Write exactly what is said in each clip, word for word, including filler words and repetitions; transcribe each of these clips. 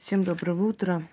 Всем доброго утра.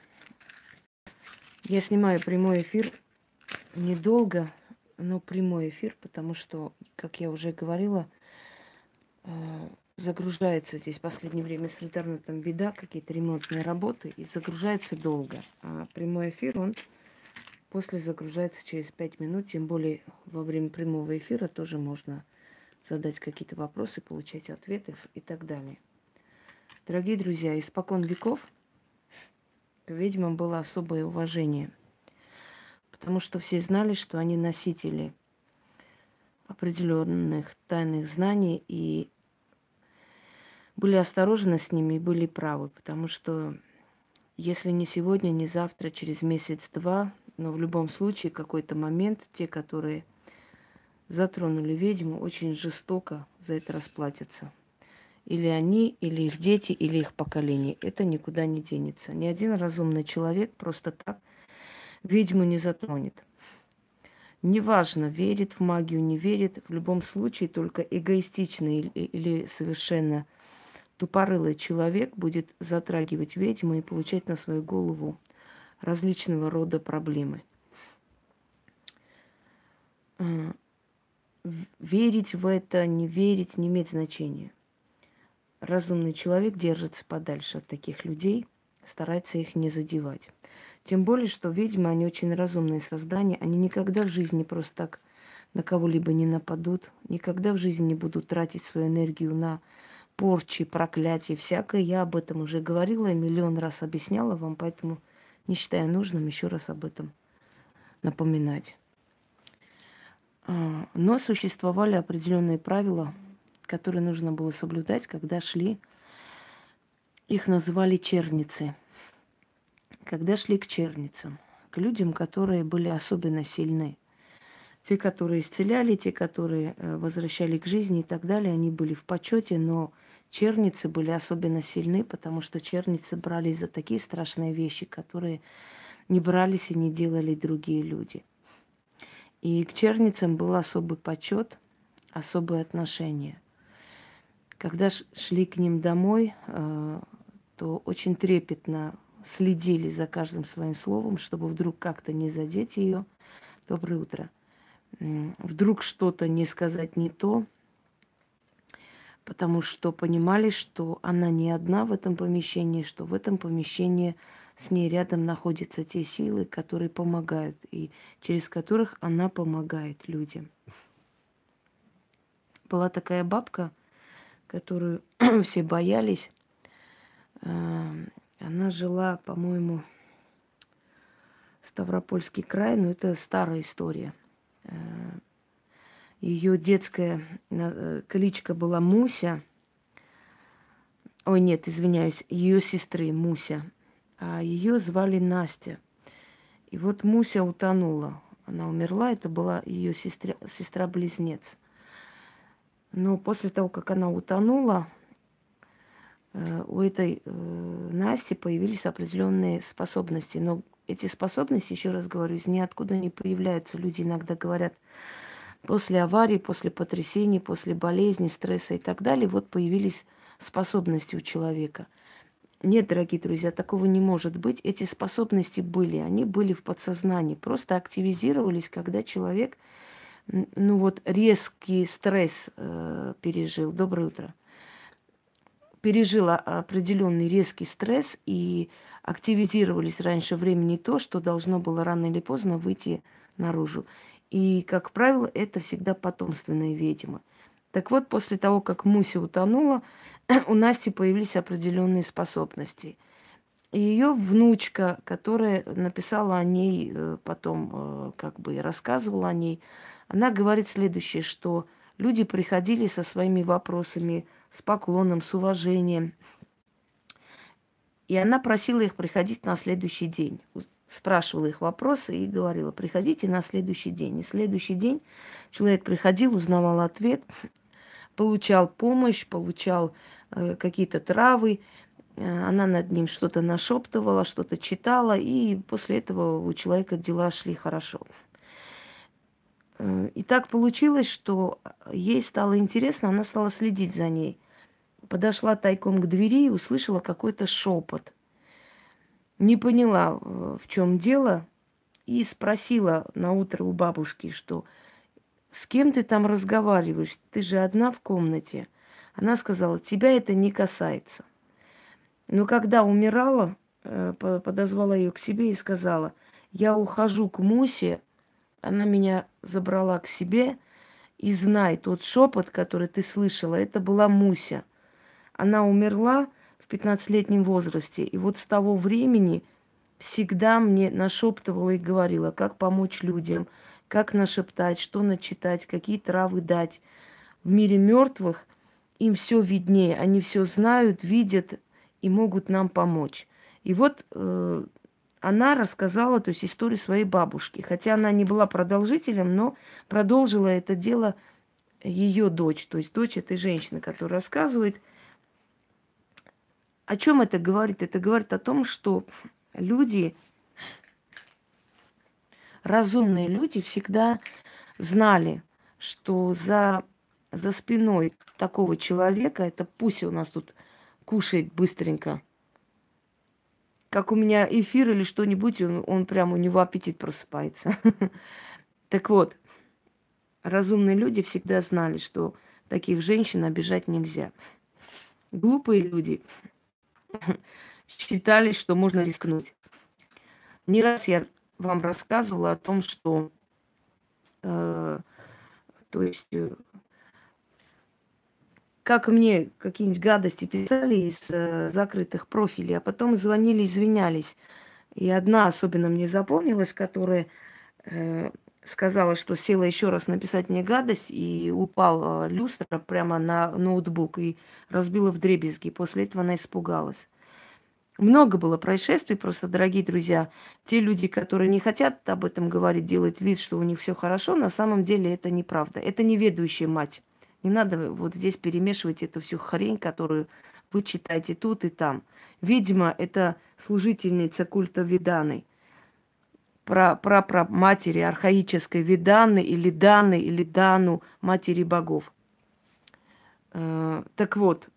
Я снимаю прямой эфир недолго, но прямой эфир, потому что, как я уже говорила, э, загружается здесь в последнее время с интернетом беда, какие-то ремонтные работы, и загружается долго. А прямой эфир, он после загружается через пять минут, тем более во время прямого эфира тоже можно задать какие-то вопросы, получать ответы и так далее. Дорогие друзья, испокон веков к ведьмам было особое уважение, потому что все знали, что они носители определенных тайных знаний и были осторожны с ними и были правы, потому что если не сегодня, не завтра, через месяц-два, но в любом случае какой-то момент те, которые затронули ведьму, очень жестоко за это расплатятся. Или они, или их дети, или их поколение. Это никуда не денется. Ни один разумный человек просто так ведьму не затронет. Неважно, верит в магию, не верит, в любом случае только эгоистичный или, или совершенно тупорылый человек будет затрагивать ведьму и получать на свою голову различного рода проблемы. Верить в это, не верить, не имеет значения. Разумный человек держится подальше от таких людей, старается их не задевать. Тем более, что ведьмы, они очень разумные создания, они никогда в жизни просто так на кого-либо не нападут, никогда в жизни не будут тратить свою энергию на порчи, проклятия, всякое. Я об этом уже говорила и миллион раз объясняла вам, поэтому не считаю нужным еще раз об этом напоминать. Но существовали определенные правила, которые нужно было соблюдать, когда шли, их называли черницы. Когда шли к черницам, к людям, которые были особенно сильны. Те, которые исцеляли, те, которые возвращали к жизни и так далее, они были в почете, но черницы были особенно сильны, потому что черницы брались за такие страшные вещи, которые не брались и не делали другие люди. И к черницам был особый почет, особое отношение. Когда шли к ним домой, то очень трепетно следили за каждым своим словом, чтобы вдруг как-то не задеть ее. Доброе утро. Вдруг что-то не сказать не то, потому что понимали, что она не одна в этом помещении, что в этом помещении с ней рядом находятся те силы, которые помогают, и через которых она помогает людям. Была такая бабка, которую все боялись. Она жила, по-моему, Ставропольский край, но это старая история. Ее детская кличка была Муся. Ой, нет, извиняюсь, ее сестры Муся. А ее звали Настя. И вот Муся утонула. Она умерла, это была ее сестра, сестра-близнец. Но после того, как она утонула, у этой Насти появились определенные способности. Но эти способности, еще раз говорю, из ниоткуда не появляются. Люди иногда говорят, после аварии, после потрясений, после болезни, стресса и так далее, вот появились способности у человека. Нет, дорогие друзья, такого не может быть. Эти способности были, они были в подсознании, просто активизировались, когда человек, ну вот, резкий стресс э, пережил. Доброе утро. Пережил определенный резкий стресс, и активизировались раньше времени то, что должно было рано или поздно выйти наружу. И, как правило, это всегда потомственные ведьмы. Так вот, после того, как Муся утонула, у Насти появились определенные способности. И ее внучка, которая написала о ней, потом как бы рассказывала о ней, она говорит следующее, что люди приходили со своими вопросами, с поклоном, с уважением. И она просила их приходить на следующий день. Спрашивала их вопросы и говорила, приходите на следующий день. И следующий день человек приходил, узнавал ответ, получал помощь, получал э, какие-то травы. Она над ним что-то нашептывала, что-то читала, и после этого у человека дела шли хорошо. И так получилось, что ей стало интересно, она стала следить за ней. Подошла тайком к двери и услышала какой-то шепот. Не поняла, э, в чем дело, и спросила на утро у бабушки, что с кем ты там разговариваешь? Ты же одна в комнате. Она сказала, тебя это не касается. Но когда умирала, э, по- подозвала ее к себе и сказала, я ухожу к Мусе, она меня забрала к себе, и знай, тот шепот, который ты слышала, это была Муся. Она умерла в пятнадцатилетнем возрасте, и вот с того времени всегда мне нашептывала и говорила, как помочь людям, как нашептать, что начитать, какие травы дать. В мире мертвых им все виднее, они все знают, видят и могут нам помочь. И вот э, она рассказала, то есть, историю своей бабушки. Хотя она не была продолжителем, но продолжила это дело ее дочь, то есть дочь этой женщины, которая рассказывает. О чем это говорит? Это говорит о том, что люди, разумные люди всегда знали, что за, за спиной такого человека, это Пуся у нас тут кушает быстренько, как у меня эфир или что-нибудь, он, он прям, у него аппетит просыпается. Так вот, разумные люди всегда знали, что таких женщин обижать нельзя. Глупые люди считали, что можно рискнуть. Не раз я вам рассказывала о том, что, э, то есть, э, как мне какие-нибудь гадости писали из э, закрытых профилей, а потом звонили, извинялись. И одна особенно мне запомнилась, которая э, сказала, что села еще раз написать мне гадость, и упал э, люстра прямо на ноутбук и разбила вдребезги. После этого она испугалась. Много было происшествий, просто, дорогие друзья. Те люди, которые не хотят об этом говорить, делать вид, что у них все хорошо, на самом деле это неправда. Это неведущая мать. Не надо вот здесь перемешивать эту всю хрень, которую вы читаете тут и там. Видимо, это служительница культа Виданы. Про, про, про матери архаической Виданы или Даны или Дану, матери богов. Э, так вот,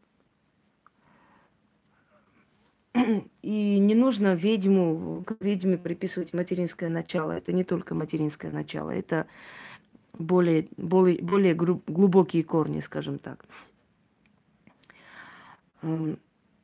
и не нужно ведьму, к ведьме приписывать материнское начало. Это не только материнское начало, это более, более, более гру- глубокие корни, скажем так. М,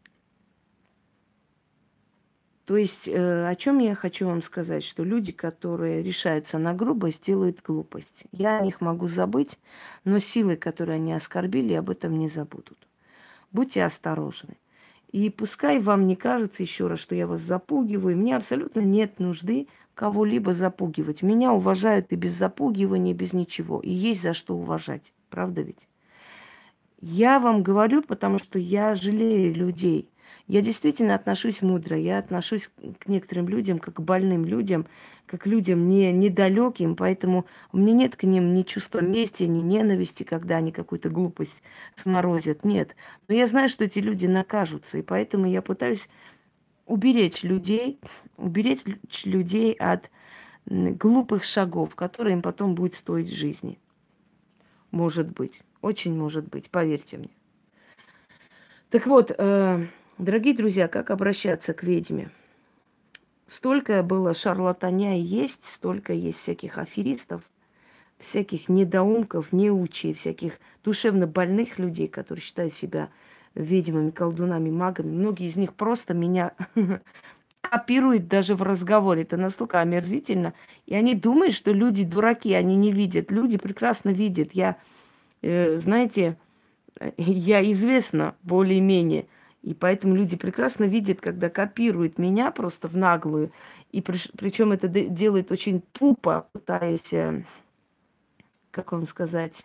То есть, э, о чем я хочу вам сказать, что люди, которые решаются на грубость, делают глупость. Я о них могу забыть, но силы, которые они оскорбили, об этом не забудут. Будьте осторожны. И пускай вам не кажется еще раз, что я вас запугиваю, мне абсолютно нет нужды кого-либо запугивать. Меня уважают и без запугивания, и без ничего. И есть за что уважать. Правда ведь? Я вам говорю, потому что я жалею людей. Я действительно отношусь мудро. Я отношусь к некоторым людям, как к больным людям, как к людям не, недалеким, поэтому у меня нет к ним ни чувства мести, ни ненависти, когда они какую-то глупость сморозят. Нет. Но я знаю, что эти люди накажутся, и поэтому я пытаюсь уберечь людей, уберечь людей от м, глупых шагов, которые им потом будет стоить жизни. Может быть. Очень может быть, поверьте мне. Так вот, э, дорогие друзья, как обращаться к ведьме? Столько было шарлатаня и есть, столько есть всяких аферистов, всяких недоумков, неучей, всяких душевно больных людей, которые считают себя ведьмами, колдунами, магами. Многие из них просто меня копируют даже в разговоре. Это настолько омерзительно. И они думают, что люди дураки, они не видят. Люди прекрасно видят. Я, э, знаете, я известна более-менее. И поэтому люди прекрасно видят, когда копируют меня просто в наглую. И причем это де- делают очень тупо, пытаясь, э, как вам сказать,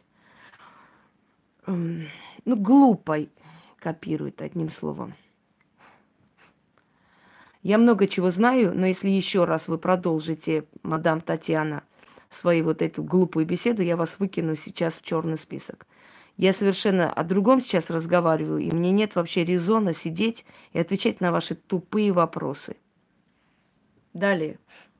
эм, ну, глупо копируют, одним словом. Я много чего знаю, но если еще раз вы продолжите, мадам Татьяна, свою вот эту глупую беседу, я вас выкину сейчас в черный список. Я совершенно о другом сейчас разговариваю, и мне нет вообще резона сидеть и отвечать на ваши тупые вопросы. Далее.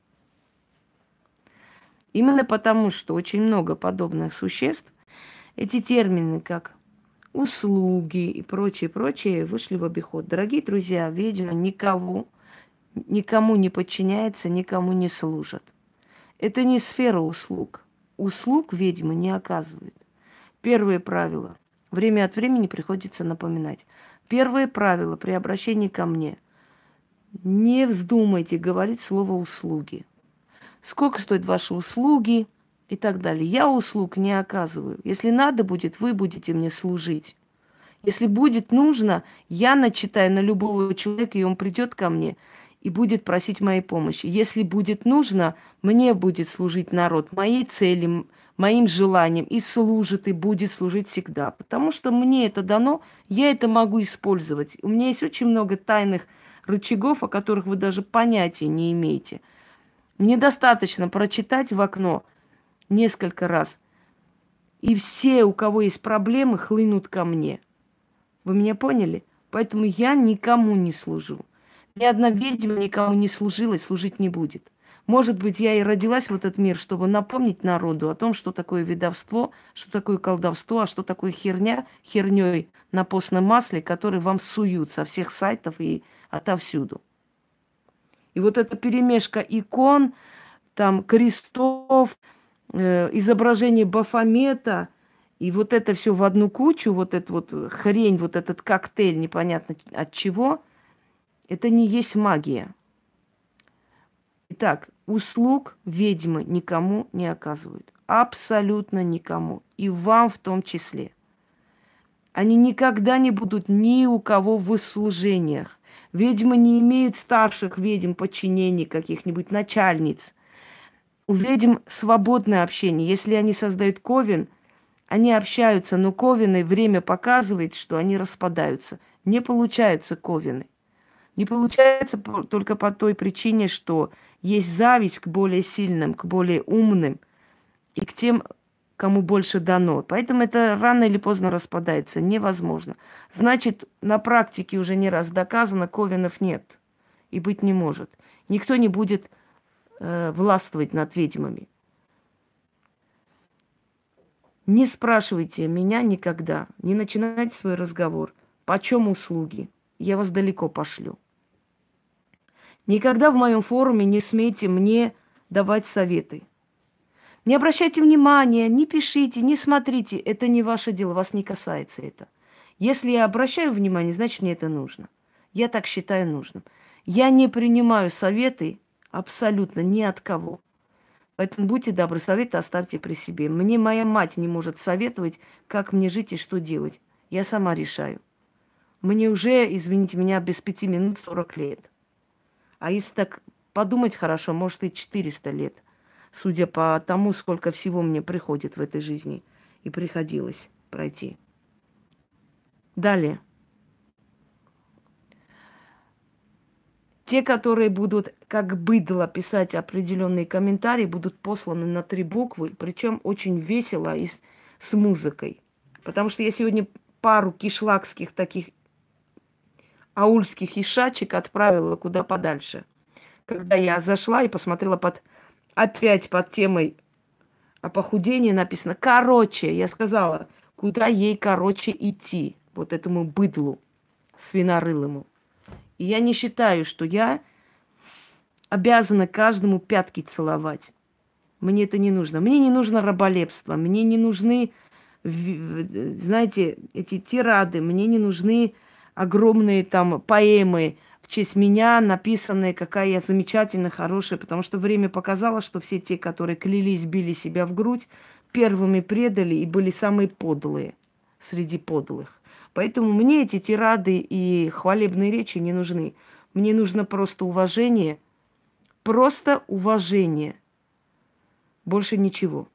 Именно потому, что очень много подобных существ, эти термины, как услуги и прочее, прочее, вышли в обиход. Дорогие друзья, ведьма никого никому не подчиняется, никому не служит. Это не сфера услуг. Услуг ведьмы не оказывают. Первое правило. Время от времени приходится напоминать. Первое правило при обращении ко мне. Не вздумайте говорить слово «услуги». Сколько стоят ваши услуги и так далее. Я услуг не оказываю. Если надо будет, вы будете мне служить. Если будет нужно, я начитаю на любого человека, и он придет ко мне и будет просить моей помощи. Если будет нужно, мне будет служить народ, моей цели, моим желаниям, и служит, и будет служить всегда. Потому что мне это дано, я это могу использовать. У меня есть очень много тайных рычагов, о которых вы даже понятия не имеете. Мне достаточно прочитать в окно несколько раз, и все, у кого есть проблемы, хлынут ко мне. Вы меня поняли? Поэтому я никому не служу. Ни одна ведьма никому не служила и служить не будет. Может быть, я и родилась в этот мир, чтобы напомнить народу о том, что такое ведовство, что такое колдовство, а что такое херня, херней на постном масле, который вам суют со всех сайтов и отовсюду. И вот эта перемешка икон, там, крестов, э, изображений Бафомета, и вот это все в одну кучу, вот эта вот хрень, вот этот коктейль непонятно от чего, это не есть магия. Итак, услуг ведьмы никому не оказывают. Абсолютно никому. И вам в том числе. Они никогда не будут ни у кого в услужениях. Ведьмы не имеют старших ведьм, подчинений каких-нибудь, начальниц. У ведьм свободное общение. Если они создают ковен, они общаются, но ковены время показывает, что они распадаются. Не получаются ковены. Не получается только по той причине, что есть зависть к более сильным, к более умным и к тем, кому больше дано. Поэтому это рано или поздно распадается. Невозможно. Значит, на практике уже не раз доказано, ковенов нет и быть не может. Никто не будет э, властвовать над ведьмами. Не спрашивайте меня никогда, не начинайте свой разговор. Почем услуги? Я вас далеко пошлю. Никогда в моем форуме не смейте мне давать советы. Не обращайте внимания, не пишите, не смотрите. Это не ваше дело, вас не касается это. Если я обращаю внимание, значит, мне это нужно. Я так считаю нужным. Я не принимаю советы абсолютно ни от кого. Поэтому будьте добры, советы оставьте при себе. Мне моя мать не может советовать, как мне жить и что делать. Я сама решаю. Мне уже, извините меня, без пяти минут сорок лет. А если так подумать хорошо, может и четыреста лет, судя по тому, сколько всего мне приходит в этой жизни и приходилось пройти. Далее. Те, которые будут как быдло писать определенные комментарии, будут посланы на три буквы, причем очень весело и с, с музыкой. Потому что я сегодня пару кишлакских таких аульских ишачек отправила куда подальше. Когда я зашла и посмотрела под, опять под темой о похудении написано «короче». Я сказала, куда ей короче идти, вот этому быдлу свинорылому. И я не считаю, что я обязана каждому пятки целовать. Мне это не нужно. Мне не нужно раболепство, мне не нужны, знаете, эти тирады, мне не нужны огромные там поэмы в честь меня, написанные, какая я замечательная, хорошая, потому что время показало, что все те, которые клялись, били себя в грудь, первыми предали и были самые подлые среди подлых. Поэтому мне эти тирады и хвалебные речи не нужны. Мне нужно просто уважение, просто уважение. Больше ничего.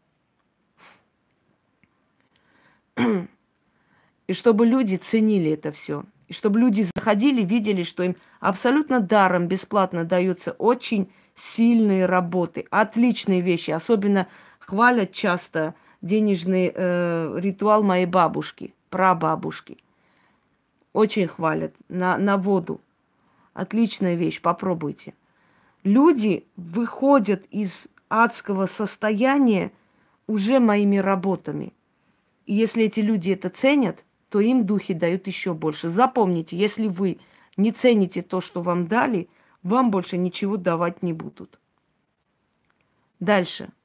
И чтобы люди ценили это все. И чтобы люди заходили, видели, что им абсолютно даром, бесплатно даются очень сильные работы, отличные вещи. Особенно хвалят часто денежный э, ритуал моей бабушки, прабабушки. Очень хвалят на, на воду. Отличная вещь, попробуйте. Люди выходят из адского состояния уже моими работами. И если эти люди это ценят, то им духи дают еще больше. Запомните, если вы не цените то, что вам дали, вам больше ничего давать не будут. Дальше.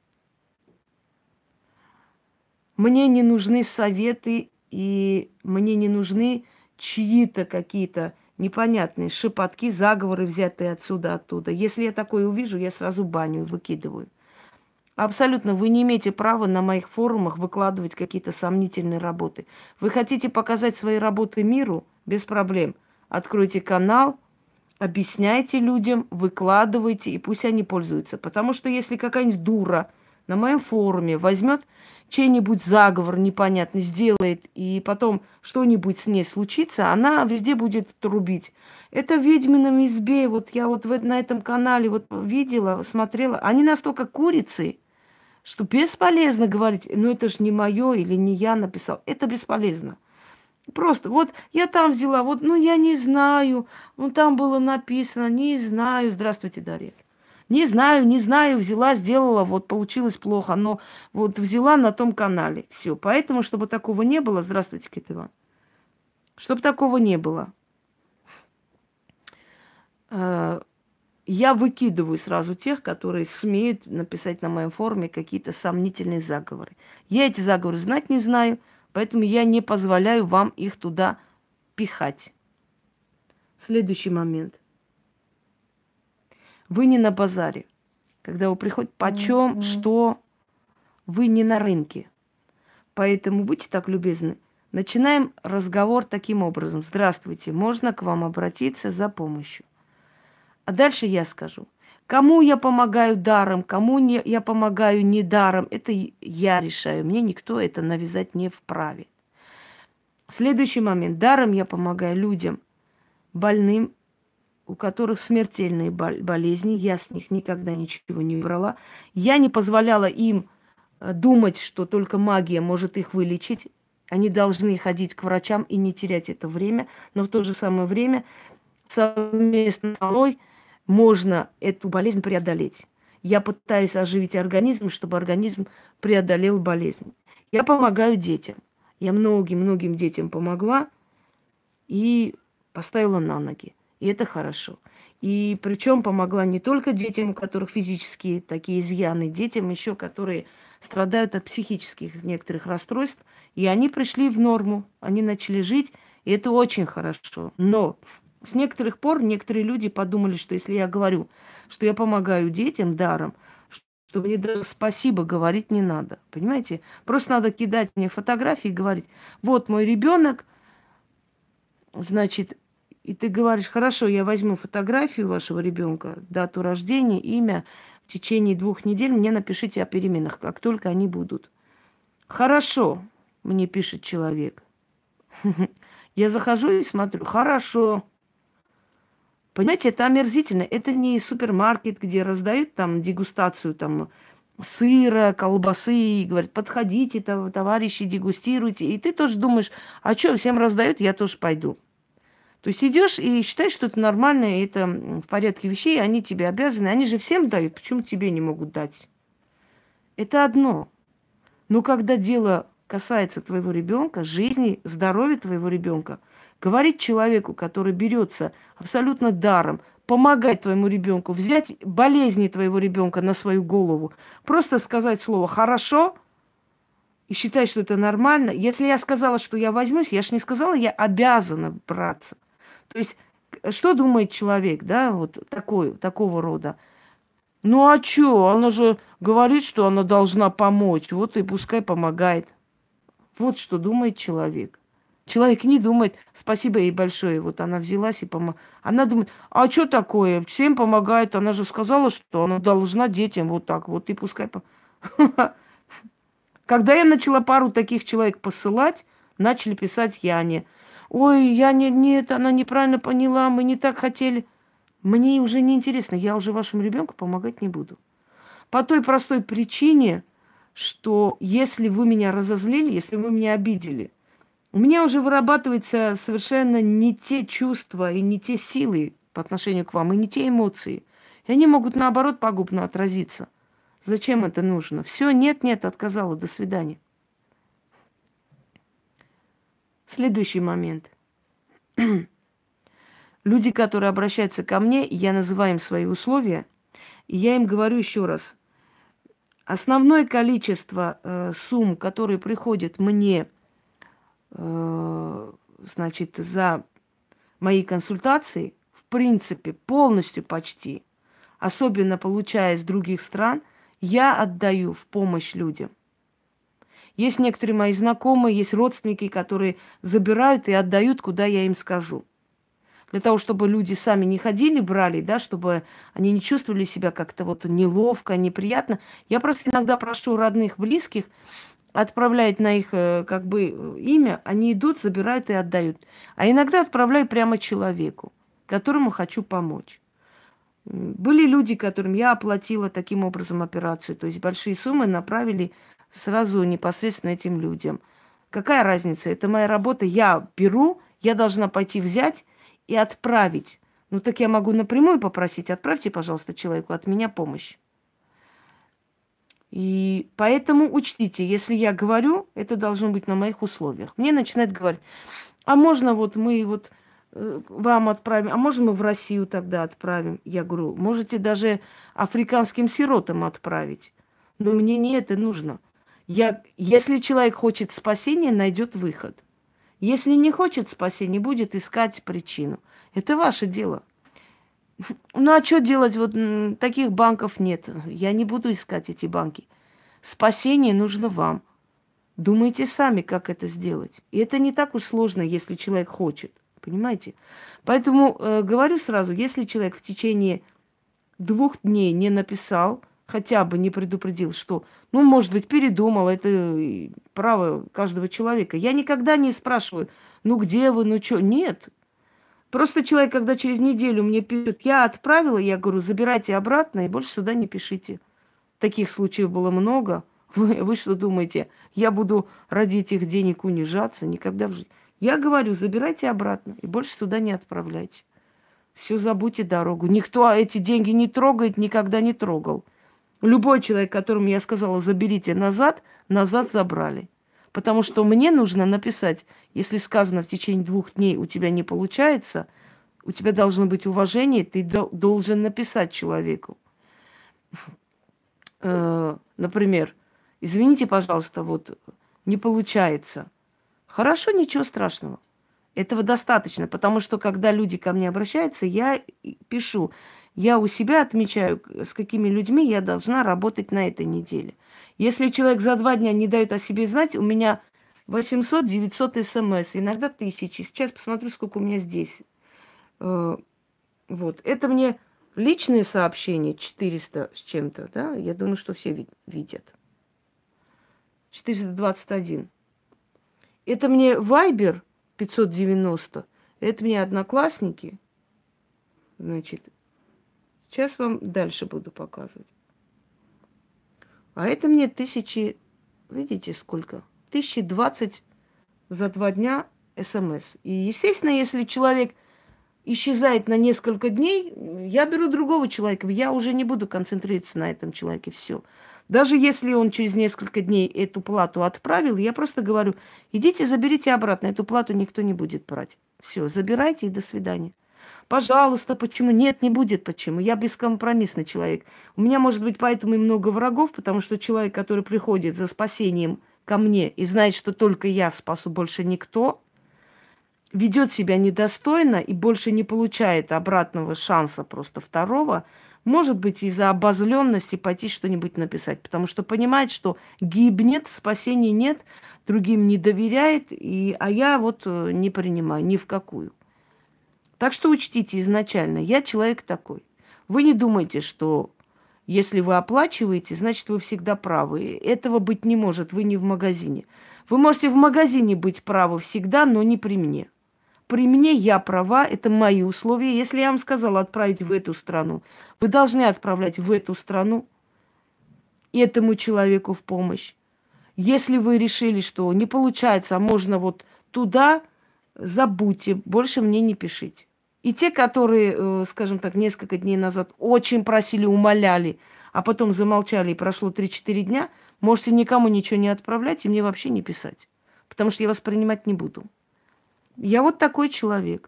Мне не нужны советы, и мне не нужны чьи-то какие-то непонятные шепотки, заговоры, взятые отсюда, оттуда. Если я такое увижу, я сразу баню и выкидываю. Абсолютно, вы не имеете права на моих форумах выкладывать какие-то сомнительные работы. Вы хотите показать свои работы миру? Без проблем. Откройте канал, объясняйте людям, выкладывайте, и пусть они пользуются. Потому что если какая-нибудь дура на моем форуме возьмет чей-нибудь заговор непонятный, сделает, и потом что-нибудь с ней случится, она везде будет трубить. Это в ведьмином избе, вот я вот в, на этом канале вот видела, смотрела, они настолько курицы, что бесполезно говорить, ну это же не мое или не я написал. Это бесполезно. Просто вот я там взяла, вот, ну я не знаю, ну там было написано, не знаю. Здравствуйте, Дарья. Не знаю, не знаю, взяла, сделала, вот получилось плохо, но вот взяла на том канале. Все. Поэтому, чтобы такого не было, здравствуйте, Кит Иван, чтобы такого не было, я выкидываю сразу тех, которые смеют написать на моем форуме какие-то сомнительные заговоры. Я эти заговоры знать не знаю, поэтому я не позволяю вам их туда пихать. Следующий момент. Вы не на базаре. Когда вы приходите, почем, mm-hmm. что, вы не на рынке. Поэтому будьте так любезны. Начинаем разговор таким образом. Здравствуйте, можно к вам обратиться за помощью? А дальше я скажу. Кому я помогаю даром, кому не, я помогаю не даром, это я решаю. Мне никто это навязать не вправе. Следующий момент. Даром я помогаю людям больным, у которых смертельные болезни. Я с них никогда ничего не брала. Я не позволяла им думать, что только магия может их вылечить. Они должны ходить к врачам и не терять это время. Но в то же самое время совместно со мной можно эту болезнь преодолеть. Я пытаюсь оживить организм, чтобы организм преодолел болезнь. Я помогаю детям. Я многим-многим детям помогла и поставила на ноги. И это хорошо. И причем помогла не только детям, у которых физические такие изъяны, детям еще, которые страдают от психических некоторых расстройств. И они пришли в норму, они начали жить, и это очень хорошо. Но с некоторых пор некоторые люди подумали, что если я говорю, что я помогаю детям даром, что мне даже спасибо говорить не надо. Понимаете? Просто надо кидать мне фотографии и говорить, вот мой ребенок, значит, и ты говоришь, хорошо, я возьму фотографию вашего ребенка, дату рождения, имя, в течение двух недель мне напишите о переменах, как только они будут. Хорошо, мне пишет человек. Я захожу и смотрю, хорошо. Понимаете, это омерзительно. Это не супермаркет, где раздают там дегустацию там, сыра, колбасы, и говорят, подходите, товарищи, дегустируйте. И ты тоже думаешь, а что, всем раздают, я тоже пойду. То есть идешь и считаешь, что это нормально, и это в порядке вещей, они тебе обязаны. Они же всем дают, почему тебе не могут дать? Это одно. Но когда дело касается твоего ребенка, жизни, здоровья твоего ребенка, говорить человеку, который берется абсолютно даром, помогать твоему ребенку, взять болезни твоего ребенка на свою голову, просто сказать слово «хорошо» и считать, что это нормально. Если я сказала, что я возьмусь, я же не сказала, я обязана браться. То есть, что думает человек, да, вот такой, такого рода? Ну а чё, она же говорит, что она должна помочь, вот и пускай помогает. Вот что думает человек. Человек не думает, спасибо ей большое, вот она взялась и помогла. Она думает, а что такое, всем помогает, она же сказала, что она должна детям вот так, вот и пускай помогает. Когда я начала пару таких человек посылать, начали писать Яне. Ой, я не, нет, она неправильно поняла, мы не так хотели. Мне уже не интересно, я уже вашему ребенку помогать не буду. По той простой причине, что если вы меня разозлили, если вы меня обидели, у меня уже вырабатываются совершенно не те чувства и не те силы по отношению к вам, и не те эмоции. И они могут, наоборот, пагубно отразиться. Зачем это нужно? Все, нет, нет, отказала, до свидания. Следующий момент. Люди, которые обращаются ко мне, я называю им свои условия, и я им говорю еще раз. Основное количество э, сумм, которые приходят мне, э, значит, за мои консультации, в принципе, полностью почти, особенно получая из других стран, я отдаю в помощь людям. Есть некоторые мои знакомые, есть родственники, которые забирают и отдают, куда я им скажу. Для того, чтобы люди сами не ходили, брали, да, чтобы они не чувствовали себя как-то вот неловко, неприятно. Я просто иногда прошу родных, близких, отправляют на их э, как бы имя, они идут, забирают и отдают. А иногда отправляю прямо человеку, которому хочу помочь. Были люди, которым я оплатила таким образом операцию, то есть большие суммы направили сразу непосредственно этим людям. Какая разница? Это моя работа, я беру, я должна пойти взять и отправить. Ну так я могу напрямую попросить, отправьте, пожалуйста, человеку от меня помощь. И поэтому учтите, если я говорю, это должно быть на моих условиях. Мне начинают говорить, а можно вот мы вот э, вам отправим, а можно мы в Россию тогда отправим? Я говорю, можете даже африканским сиротам отправить. Но мне не это нужно. Я, если человек хочет спасения, найдет выход. Если не хочет спасения, будет искать причину. Это ваше дело. Ну а что делать? Вот м, таких банков нет. Я не буду искать эти банки. Спасение нужно вам. Думайте сами, как это сделать. И это не так уж сложно, если человек хочет. Понимаете? Поэтому э, говорю сразу, если человек в течение двух дней не написал, хотя бы не предупредил, что, ну, может быть, передумал, это право каждого человека. Я никогда не спрашиваю, ну, где вы, ну, что? Нет. Просто человек, когда через неделю мне пишет, я отправила, я говорю, забирайте обратно и больше сюда не пишите. Таких случаев было много. Вы, вы что думаете, я буду ради этих денег унижаться? Никогда в жизни. Я говорю, забирайте обратно и больше сюда не отправляйте. Все, забудьте дорогу. Никто эти деньги не трогает, никогда не трогал. Любой человек, которому я сказала, заберите назад, назад забрали. Потому что мне нужно написать, если сказано в течение двух дней у тебя не получается, у тебя должно быть уважение, ты должен написать человеку. Например, извините, пожалуйста, вот не получается. Хорошо, ничего страшного. Этого достаточно, потому что когда люди ко мне обращаются, я пишу, я у себя отмечаю, с какими людьми я должна работать на этой неделе. Если человек за два дня не дает о себе знать, у меня восемьсот-девятьсот смс, иногда тысячи. Сейчас посмотрю, сколько у меня здесь. Вот. Это мне личные сообщения четыреста с чем-то, да? Я думаю, что все видят. четыреста двадцать один. Это мне Viber пятьсот девяносто. Это мне одноклассники. Значит, сейчас вам дальше буду показывать. А это мне тысячи, видите, сколько? Тысячи двадцать за два дня смс. И, естественно, если человек исчезает на несколько дней, я беру другого человека. Я уже не буду концентрироваться на этом человеке. Все. Даже если он через несколько дней эту плату отправил, я просто говорю, идите, заберите обратно. Эту плату никто не будет брать. Все, забирайте и до свидания. Пожалуйста, почему? Нет, не будет почему. Я бескомпромиссный человек. У меня, может быть, поэтому и много врагов, потому что человек, который приходит за спасением ко мне и знает, что только я спасу, больше никто, ведет себя недостойно и больше не получает обратного шанса просто второго, может быть, из-за обозленности пойти что-нибудь написать, потому что понимает, что гибнет, спасения нет, другим не доверяет, и, а я вот не принимаю ни в какую. Так что учтите изначально, я человек такой. Вы не думайте, что если вы оплачиваете, значит, вы всегда правы. Этого быть не может, вы не в магазине. Вы можете в магазине быть правы всегда, но не при мне. При мне я права, это мои условия. Если я вам сказала отправить в эту страну, вы должны отправлять в эту страну этому человеку в помощь. Если вы решили, что не получается, а можно вот туда, забудьте, больше мне не пишите. И те, которые, скажем так, несколько дней назад очень просили, умоляли, а потом замолчали и прошло три-четыре дня, можете никому ничего не отправлять и мне вообще не писать. Потому что я вас принимать не буду. Я вот такой человек.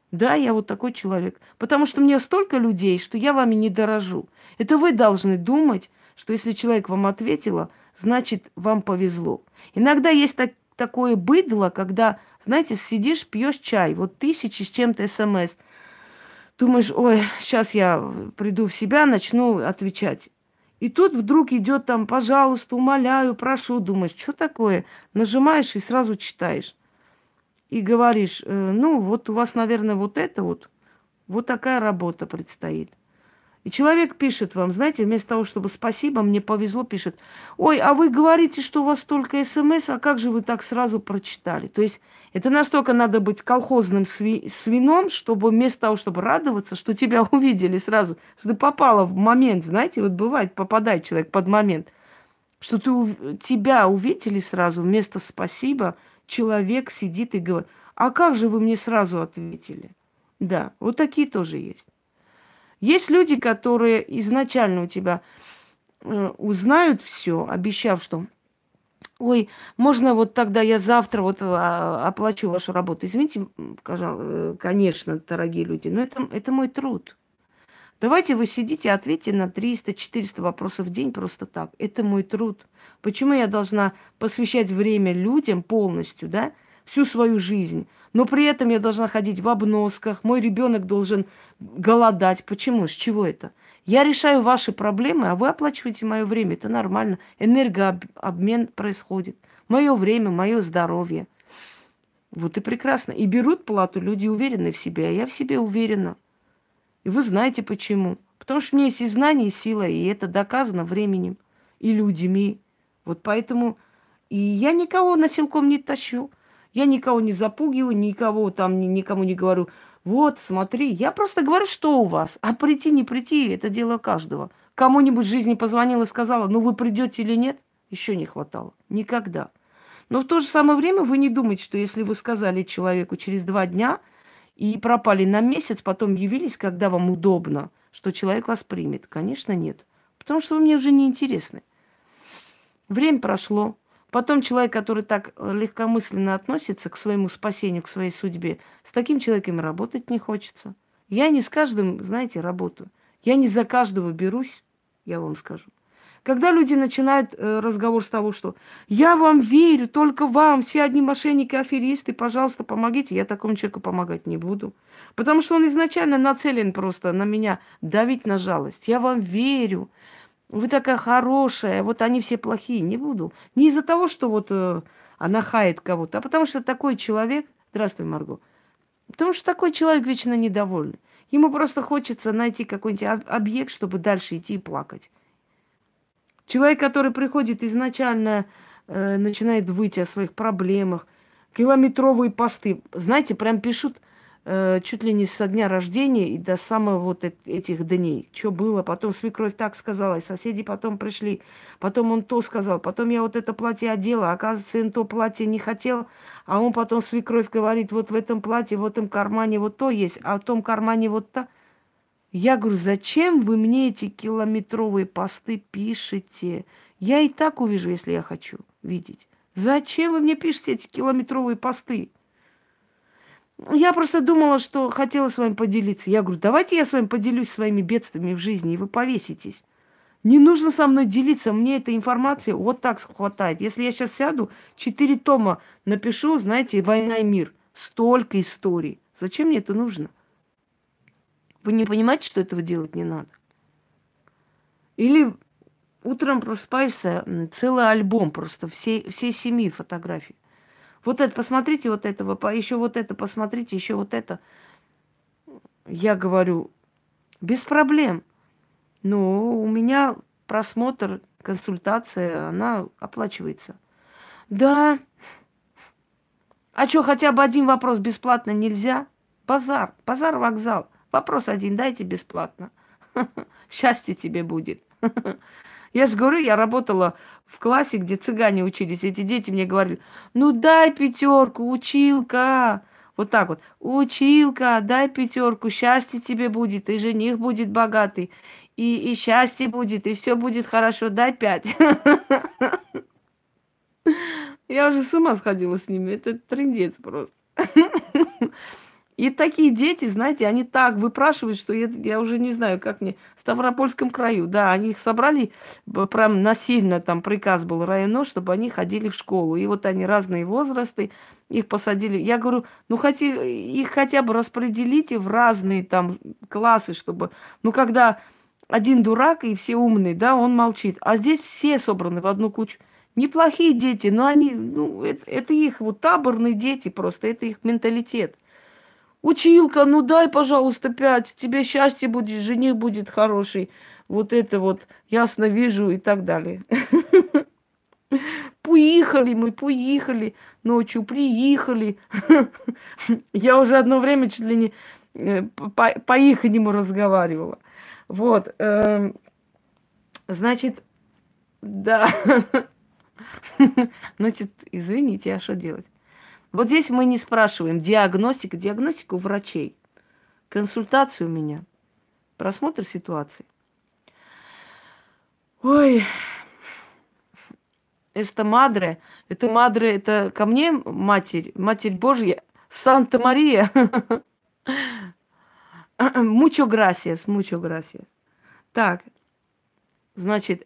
Да, я вот такой человек. Потому что мне столько людей, что я вами не дорожу. Это вы должны думать, что если человек вам ответила, значит, вам повезло. Иногда есть так, такое быдло, когда, знаете, сидишь, пьешь чай, вот тысячи с чем-то смс. Думаешь, ой, сейчас я приду в себя, начну отвечать. И тут вдруг идет там, пожалуйста, умоляю, прошу. Думаешь, что такое? Нажимаешь и сразу читаешь. И говоришь, э, ну, вот у вас, наверное, вот это вот, вот такая работа предстоит. И человек пишет вам, знаете, вместо того, чтобы спасибо, мне повезло, пишет, ой, а вы говорите, что у вас только смс, а как же вы так сразу прочитали? То есть это настолько надо быть колхозным сви- свином, чтобы вместо того, чтобы радоваться, что тебя увидели сразу, что ты попала в момент, знаете, вот бывает, попадает человек под момент, что ты, ув- тебя увидели сразу, вместо спасибо, человек сидит и говорит, а как же вы мне сразу ответили? Да, вот такие тоже есть. Есть люди, которые изначально у тебя э, узнают все, обещав, что ой, можно вот тогда я завтра вот а, оплачу вашу работу. Извините, м, пожал- э, конечно, дорогие люди, но это, это мой труд. Давайте вы сидите, ответьте на триста-четыреста вопросов в день просто так. Это мой труд. Почему я должна посвящать время людям полностью, да, всю свою жизнь? Но при этом я должна ходить в обносках, мой ребенок должен голодать. Почему? С чего это? Я решаю ваши проблемы, а вы оплачиваете мое время. Это нормально. Энергообмен происходит. Мое время, мое здоровье. Вот и прекрасно. И берут плату люди уверенные в себе, а я в себе уверена. И вы знаете почему. Потому что у меня есть и знания, и сила, и это доказано временем и людьми. Вот поэтому и я никого насилком не тащу. Я никого не запугиваю, никого там ни- никому не говорю, вот, смотри. Я просто говорю, что у вас. А прийти, не прийти, это дело каждого. Кому-нибудь в жизни позвонила и сказала, ну вы придете или нет, еще не хватало. Никогда. Но в то же самое время вы не думаете, что если вы сказали человеку через два дня, и пропали на месяц, потом явились, когда вам удобно, что человек вас примет. Конечно, нет. Потому что вы мне уже не интересны. Время прошло. Потом человек, который так э, легкомысленно относится к своему спасению, к своей судьбе, с таким человеком работать не хочется. Я не с каждым, знаете, работаю. Я не за каждого берусь, я вам скажу. Когда люди начинают э, разговор с того, что я вам верю, только вам, все одни мошенники, аферисты, пожалуйста, помогите, я такому человеку помогать не буду. Потому что он изначально нацелен просто на меня давить на жалость. Я вам верю, вы такая хорошая, вот они все плохие, не буду. Не из-за того, что вот э, она хает кого-то, а потому что такой человек, здравствуй, Марго, потому что такой человек вечно недовольный. Ему просто хочется найти какой-нибудь об- объект, чтобы дальше идти и плакать. Человек, который приходит изначально, э, начинает выть о своих проблемах, километровые посты. Знаете, прям пишут э, чуть ли не со дня рождения и до самого вот эт- этих дней. Что было, потом свекровь так сказала, и соседи потом пришли, потом он то сказал, потом я вот это платье одела, оказывается, он то платье не хотел, а он потом свекровь говорит, вот в этом платье, в этом кармане вот то есть, а в том кармане вот то. Я говорю, зачем вы мне эти километровые посты пишете? Я и так увижу, если я хочу видеть. Зачем вы мне пишете эти километровые посты? Я просто думала, что хотела с вами поделиться. Я говорю, давайте я с вами поделюсь своими бедствиями в жизни, и вы повеситесь. Не нужно со мной делиться, мне этой информации вот так хватает. Если я сейчас сяду, четыре тома напишу, знаете, «Война и мир». Столько историй. Зачем мне это нужно? Вы не понимаете, что этого делать не надо? Или утром просыпаешься, м, целый альбом просто всей, всей семьи фотографий. Вот это, посмотрите вот этого, по- еще вот это, посмотрите, еще вот это. Я говорю, без проблем. Но у меня просмотр, консультация, она оплачивается. Да. А что, хотя бы один вопрос бесплатно нельзя? Базар, базар, вокзал. Вопрос один дайте бесплатно. Счастье тебе будет. Я же говорю, я работала в классе, где цыгане учились. Эти дети мне говорили, ну дай пятерку, училка. Вот так вот. Училка, дай пятерку, счастье тебе будет, и жених будет богатый, и, и счастье будет, и все будет хорошо, дай пять. Я уже с ума сходила с ними. Это трындец просто. И такие дети, знаете, они так выпрашивают, что я, я уже не знаю, как мне. В Ставропольском краю, да, они их собрали, б- прям насильно, там приказ был районный, чтобы они ходили в школу. И вот они разные возрасты, их посадили. Я говорю, ну хотя, их хотя бы распределите в разные там классы, чтобы, ну когда один дурак и все умные, да, он молчит. А здесь все собраны в одну кучу. Неплохие дети, но они, ну, это, это их вот таборные дети просто, это их менталитет. Училка, ну дай, пожалуйста, пять, тебе счастье будет, жених будет хороший. Вот это вот ясно вижу и так далее. Поехали мы, поехали, ночью приехали. Я уже одно время чуть ли не э, по, по ихнему разговаривала. Вот, эм, значит, да. Значит, извините, а что делать? Вот здесь мы не спрашиваем диагностика, диагностика у врачей. Консультация у меня. Просмотр ситуации. Ой, это мадре, это мадре, это ко мне матерь, Матерь Божья, Санта-Мария. Мучо грасиас, мучо грасиас. Так, значит,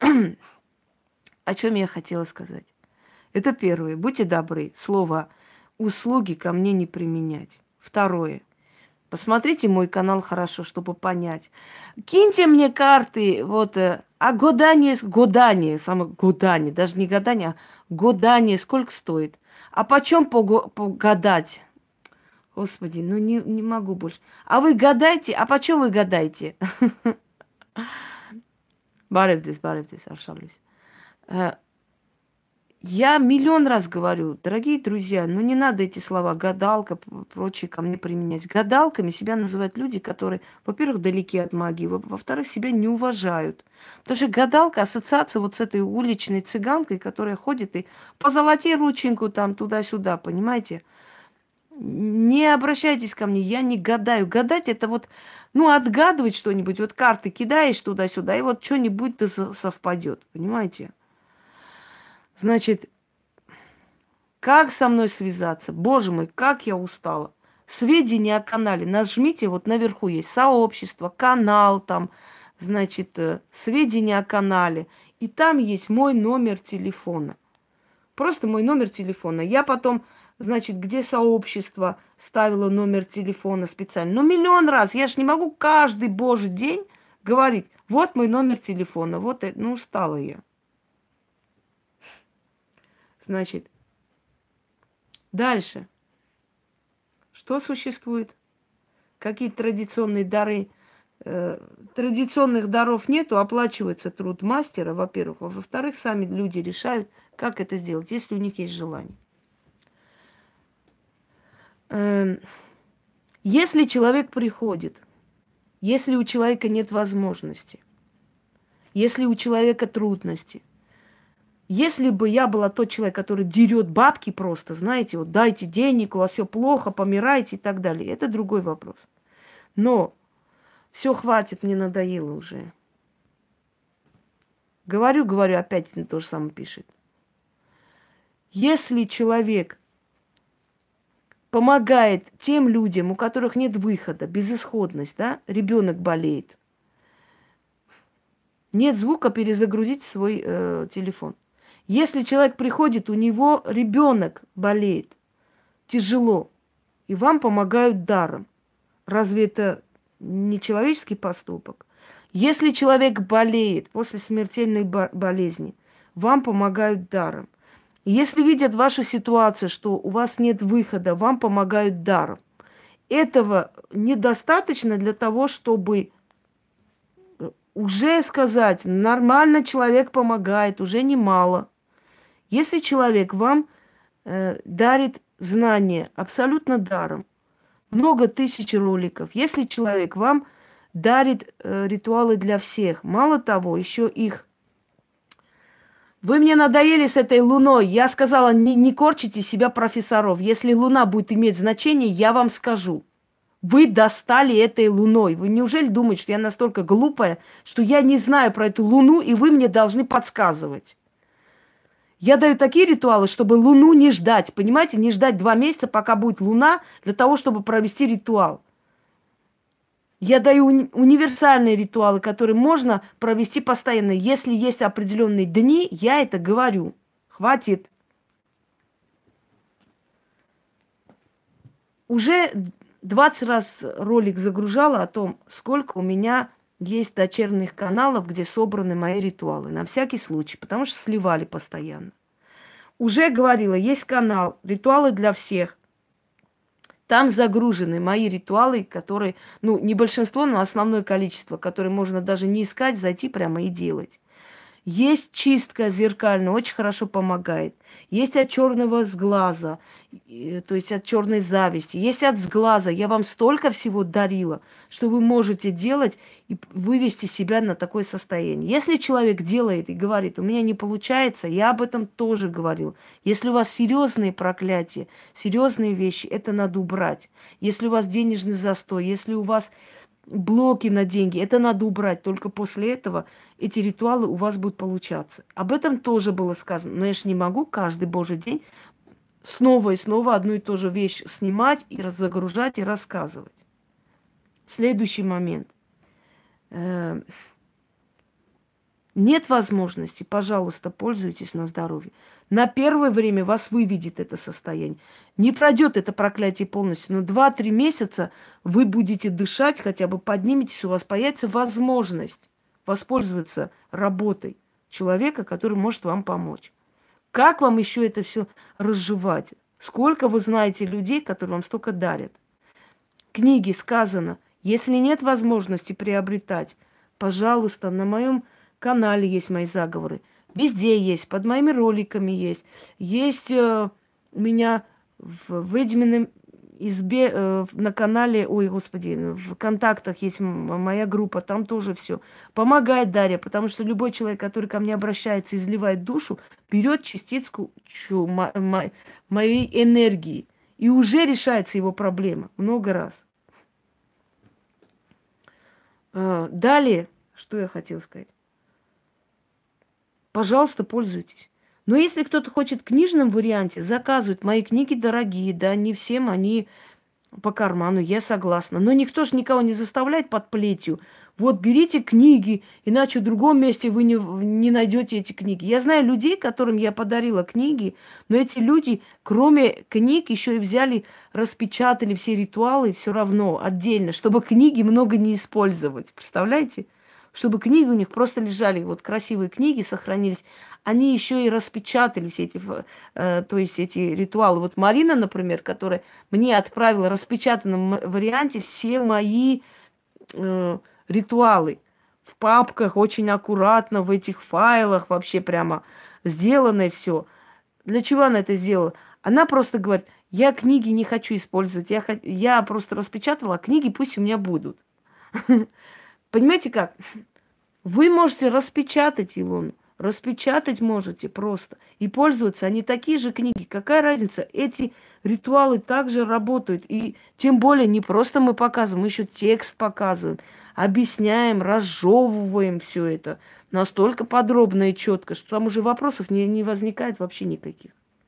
о чем я хотела сказать? Это первое. Будьте добры, слово услуги ко мне не применять. Второе. Посмотрите мой канал хорошо, чтобы понять. Киньте мне карты, вот, э, а гадание, гадание, самое гадание, даже не гадание, а гадание сколько стоит? А почем пого- погадать? Господи, ну не, не могу больше. А вы гадайте, а почем вы гадаете? Баревдис, баревдис, ошаблюсь. Я миллион раз говорю, дорогие друзья, ну не надо эти слова гадалка, п- прочие ко мне применять. Гадалками себя называют люди, которые, во-первых, далеки от магии, во- во-вторых, себя не уважают. Потому что гадалка, ассоциация вот с этой уличной цыганкой, которая ходит и позолоти рученьку там туда-сюда, понимаете? Не обращайтесь ко мне, я не гадаю. Гадать это вот, ну, отгадывать что-нибудь, вот карты кидаешь туда-сюда, и вот что-нибудь да со- совпадет, понимаете? Значит, как со мной связаться? Боже мой, как я устала. Сведения о канале. Нажмите, вот наверху есть сообщество, канал там, значит, э, сведения о канале. И там есть мой номер телефона. Просто мой номер телефона. Я потом, значит, где сообщество, ставила номер телефона специально. Ну, миллион раз. Я ж не могу каждый божий день говорить, вот мой номер телефона. Вот, это. Ну, устала я. Значит, дальше. Что существует? Какие традиционные дары? Э, традиционных даров нету, оплачивается труд мастера, во-первых. А во-вторых, сами люди решают, как это сделать, если у них есть желание. Эм, Если человек приходит, если у человека нет возможности, если у человека трудности, если бы я была тот человек, который дерет бабки просто, знаете, вот дайте денег, у вас все плохо, помирайте и так далее, это другой вопрос. Но все, хватит, мне надоело уже. Говорю, говорю, опять то же самое пишет. Если человек помогает тем людям, у которых нет выхода, безысходность, да, ребенок болеет, нет звука, перезагрузить свой э, телефон. Если человек приходит, у него ребенок болеет, тяжело, и вам помогают даром, разве это не человеческий поступок? Если человек болеет после смертельной болезни, вам помогают даром. Если видят вашу ситуацию, что у вас нет выхода, вам помогают даром. Этого недостаточно для того, чтобы уже сказать, нормально человек помогает, уже немало. Если человек вам э, дарит знания абсолютно даром, много тысяч роликов, если человек вам дарит э, ритуалы для всех, мало того, еще их. Вы мне надоели с этой луной. Я сказала, не, не корчите себя профессоров. Если луна будет иметь значение, я вам скажу. Вы достали этой луной. Вы неужели думаете, что я настолько глупая, что я не знаю про эту луну, и вы мне должны подсказывать? Я даю такие ритуалы, чтобы Луну не ждать. Понимаете, не ждать два месяца, пока будет Луна, для того, чтобы провести ритуал. Я даю уни- универсальные ритуалы, которые можно провести постоянно. Если есть определенные дни, я это говорю. Хватит. Уже двадцать раз ролик загружала о том, сколько у меня есть дочерних каналов, где собраны мои ритуалы. На всякий случай, потому что сливали постоянно. Уже говорила, есть канал «Ритуалы для всех». Там загружены мои ритуалы, которые, ну, не большинство, но основное количество, которые можно даже не искать, зайти прямо и делать. Есть чистка зеркальная, очень хорошо помогает. Есть от черного сглаза, э, то есть от черной зависти. Есть от сглаза. Я вам столько всего дарила, что вы можете делать и вывести себя на такое состояние. Если человек делает и говорит, у меня не получается, я об этом тоже говорил. Если у вас серьезные проклятия, серьезные вещи, это надо убрать. Если у вас денежный застой, если у вас блоки на деньги, это надо убрать. Только после этого эти ритуалы у вас будут получаться. Об этом тоже было сказано. Но я же не могу каждый божий день снова и снова одну и ту же вещь снимать и разгружать и рассказывать. Следующий момент. Э, Нет возможности, пожалуйста, пользуйтесь на здоровье. На первое время вас выведет это состояние. Не пройдет это проклятие полностью, но два-три месяца вы будете дышать, хотя бы подниметесь, у вас появится возможность воспользоваться работой человека, который может вам помочь. Как вам еще это все разжевать? Сколько вы знаете людей, которые вам столько дарят? В книге сказано, если нет возможности приобретать, пожалуйста, на моем канале есть мои заговоры. Везде есть, под моими роликами есть. Есть э, у меня в ведьмином избе э, на канале, ой, господи, в контактах есть м- моя группа, там тоже все. Помогает Дарья, потому что любой человек, который ко мне обращается, изливает душу, берет частичку чу, мо- мо- моей энергии. И уже решается его проблема много раз. Э, далее, что я хотела сказать. Пожалуйста, пользуйтесь. Но если кто-то хочет в книжном варианте, заказывать. Мои книги дорогие, да, не всем они по карману, я согласна. Но никто же никого не заставляет под плетью. Вот берите книги, иначе в другом месте вы не, не найдете эти книги. Я знаю людей, которым я подарила книги, но эти люди, кроме книг, еще и взяли, распечатали все ритуалы все равно отдельно, чтобы книги много не использовать. Представляете? Чтобы книги у них просто лежали, вот красивые книги сохранились, они еще и распечатали все эти, э, то есть эти ритуалы. Вот Марина, например, которая мне отправила в распечатанном варианте все мои э, ритуалы в папках, очень аккуратно, в этих файлах вообще прямо сделано все. Для чего она это сделала? Она просто говорит, я книги не хочу использовать, я, я просто распечатала, а книги пусть у меня будут. Понимаете как? Вы можете распечатать Илону, распечатать можете просто и пользоваться. Они такие же книги. Какая разница? Эти ритуалы также работают. И тем более не просто мы показываем, мы еще текст показываем, объясняем, разжевываем все это настолько подробно и четко, что там уже вопросов не, не возникает вообще никаких.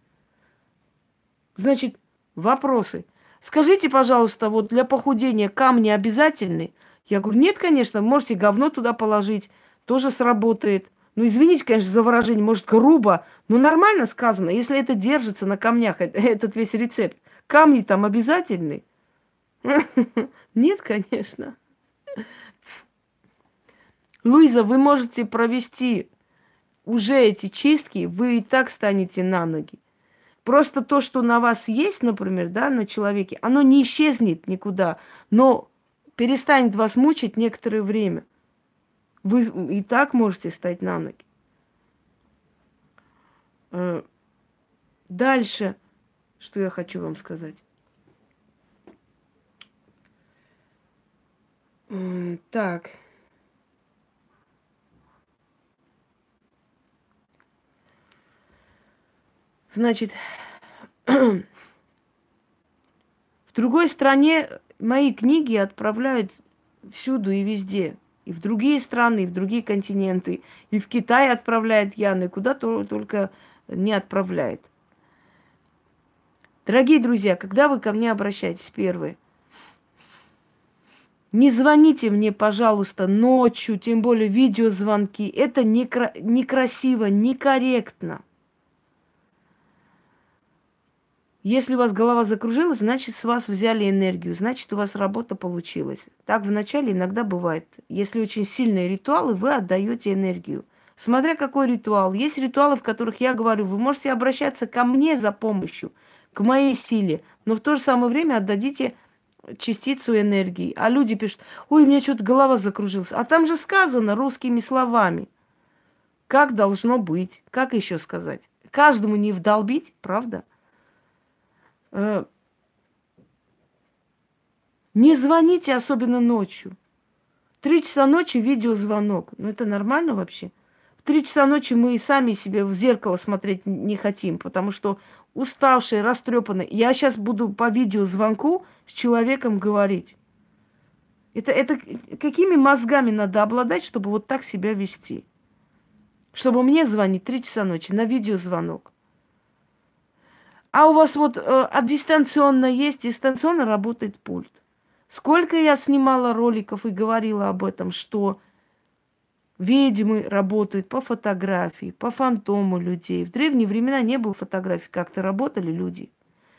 Значит, вопросы. Скажите, пожалуйста, вот для похудения камни обязательны? Я говорю, нет, конечно, можете говно туда положить, тоже сработает. Ну, извините, конечно, за выражение, может, грубо, но нормально сказано, если это держится на камнях, этот весь рецепт. Камни там обязательны? Нет, конечно. Луиза, вы можете провести уже эти чистки, вы и так станете на ноги. Просто то, что на вас есть, например, да, на человеке, оно не исчезнет никуда, но перестанет вас мучить некоторое время. Вы и так можете встать на ноги. Дальше, что я хочу вам сказать. Так. Значит, в другой стране мои книги отправляют всюду и везде. И в другие страны, и в другие континенты. И в Китай отправляет Яны, куда то, только не отправляет. Дорогие друзья, когда вы ко мне обращаетесь, первые, не звоните мне, пожалуйста, ночью, тем более видеозвонки. Это некра- некрасиво, некорректно. Если у вас голова закружилась, значит, с вас взяли энергию, значит, у вас работа получилась. Так вначале иногда бывает. Если очень сильные ритуалы, вы отдаете энергию. Смотря какой ритуал. Есть ритуалы, в которых я говорю, вы можете обращаться ко мне за помощью, к моей силе, но в то же самое время отдадите частицу энергии. А люди пишут, ой, у меня что-то голова закружилась. А там же сказано русскими словами. Как должно быть? Как еще сказать? Каждому не вдолбить, правда? Не звоните, особенно ночью. Три часа ночи видеозвонок. Ну, это нормально вообще? В три часа ночи мы и сами себе в зеркало смотреть не хотим, потому что уставшие, растрепанные. Я сейчас буду по видеозвонку с человеком говорить. Это, это какими мозгами надо обладать, чтобы вот так себя вести? Чтобы мне звонить три часа ночи на видеозвонок. А у вас вот э, а дистанционно есть, дистанционно работает пульт. Сколько я снимала роликов и говорила об этом, что ведьмы работают по фотографии, по фантому людей. В древние времена не было фотографий, как-то работали люди.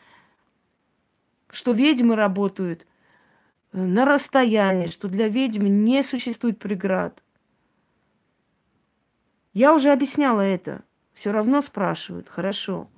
Что ведьмы работают на расстоянии, что для ведьм не существует преград. Я уже объясняла это. Все равно спрашивают. Хорошо.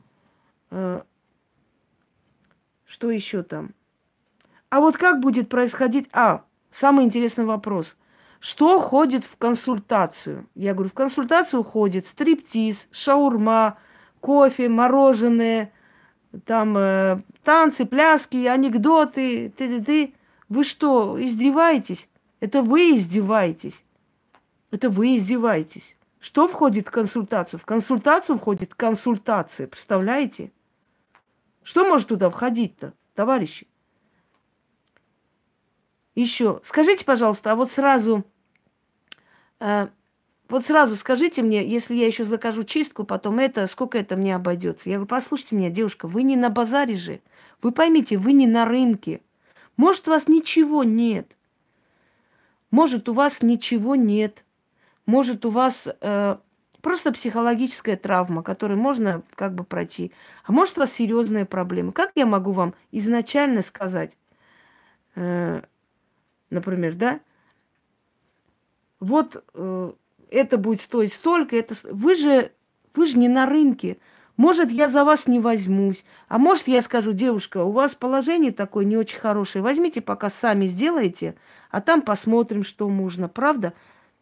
Что еще там? А вот как будет происходить... А, самый интересный вопрос. Что входит в консультацию? Я говорю, в консультацию входит стриптиз, шаурма, кофе, мороженое, там э, танцы, пляски, анекдоты, ты-ты-ты. Вы что, издеваетесь? Это вы издеваетесь. Это вы издеваетесь. Что входит в консультацию? В консультацию входит консультация, представляете? Что может туда входить-то, товарищи? Еще, скажите, пожалуйста, а вот сразу, э, вот сразу скажите мне, если я еще закажу чистку, потом это, сколько это мне обойдется? Я говорю, послушайте меня, девушка, вы не на базаре же. Вы поймите, вы не на рынке. Может, у вас ничего нет. Может, у вас ничего нет. Может, у вас э, просто психологическая травма, которую можно как бы пройти. А может, у вас серьезные проблемы. Как я могу вам изначально сказать, э, например, да, вот э, это будет стоить столько, это... Вы же, вы же не на рынке. Может, я за вас не возьмусь. А может, я скажу, девушка, у вас положение такое не очень хорошее. Возьмите, пока сами сделаете, а там посмотрим, что можно. Правда?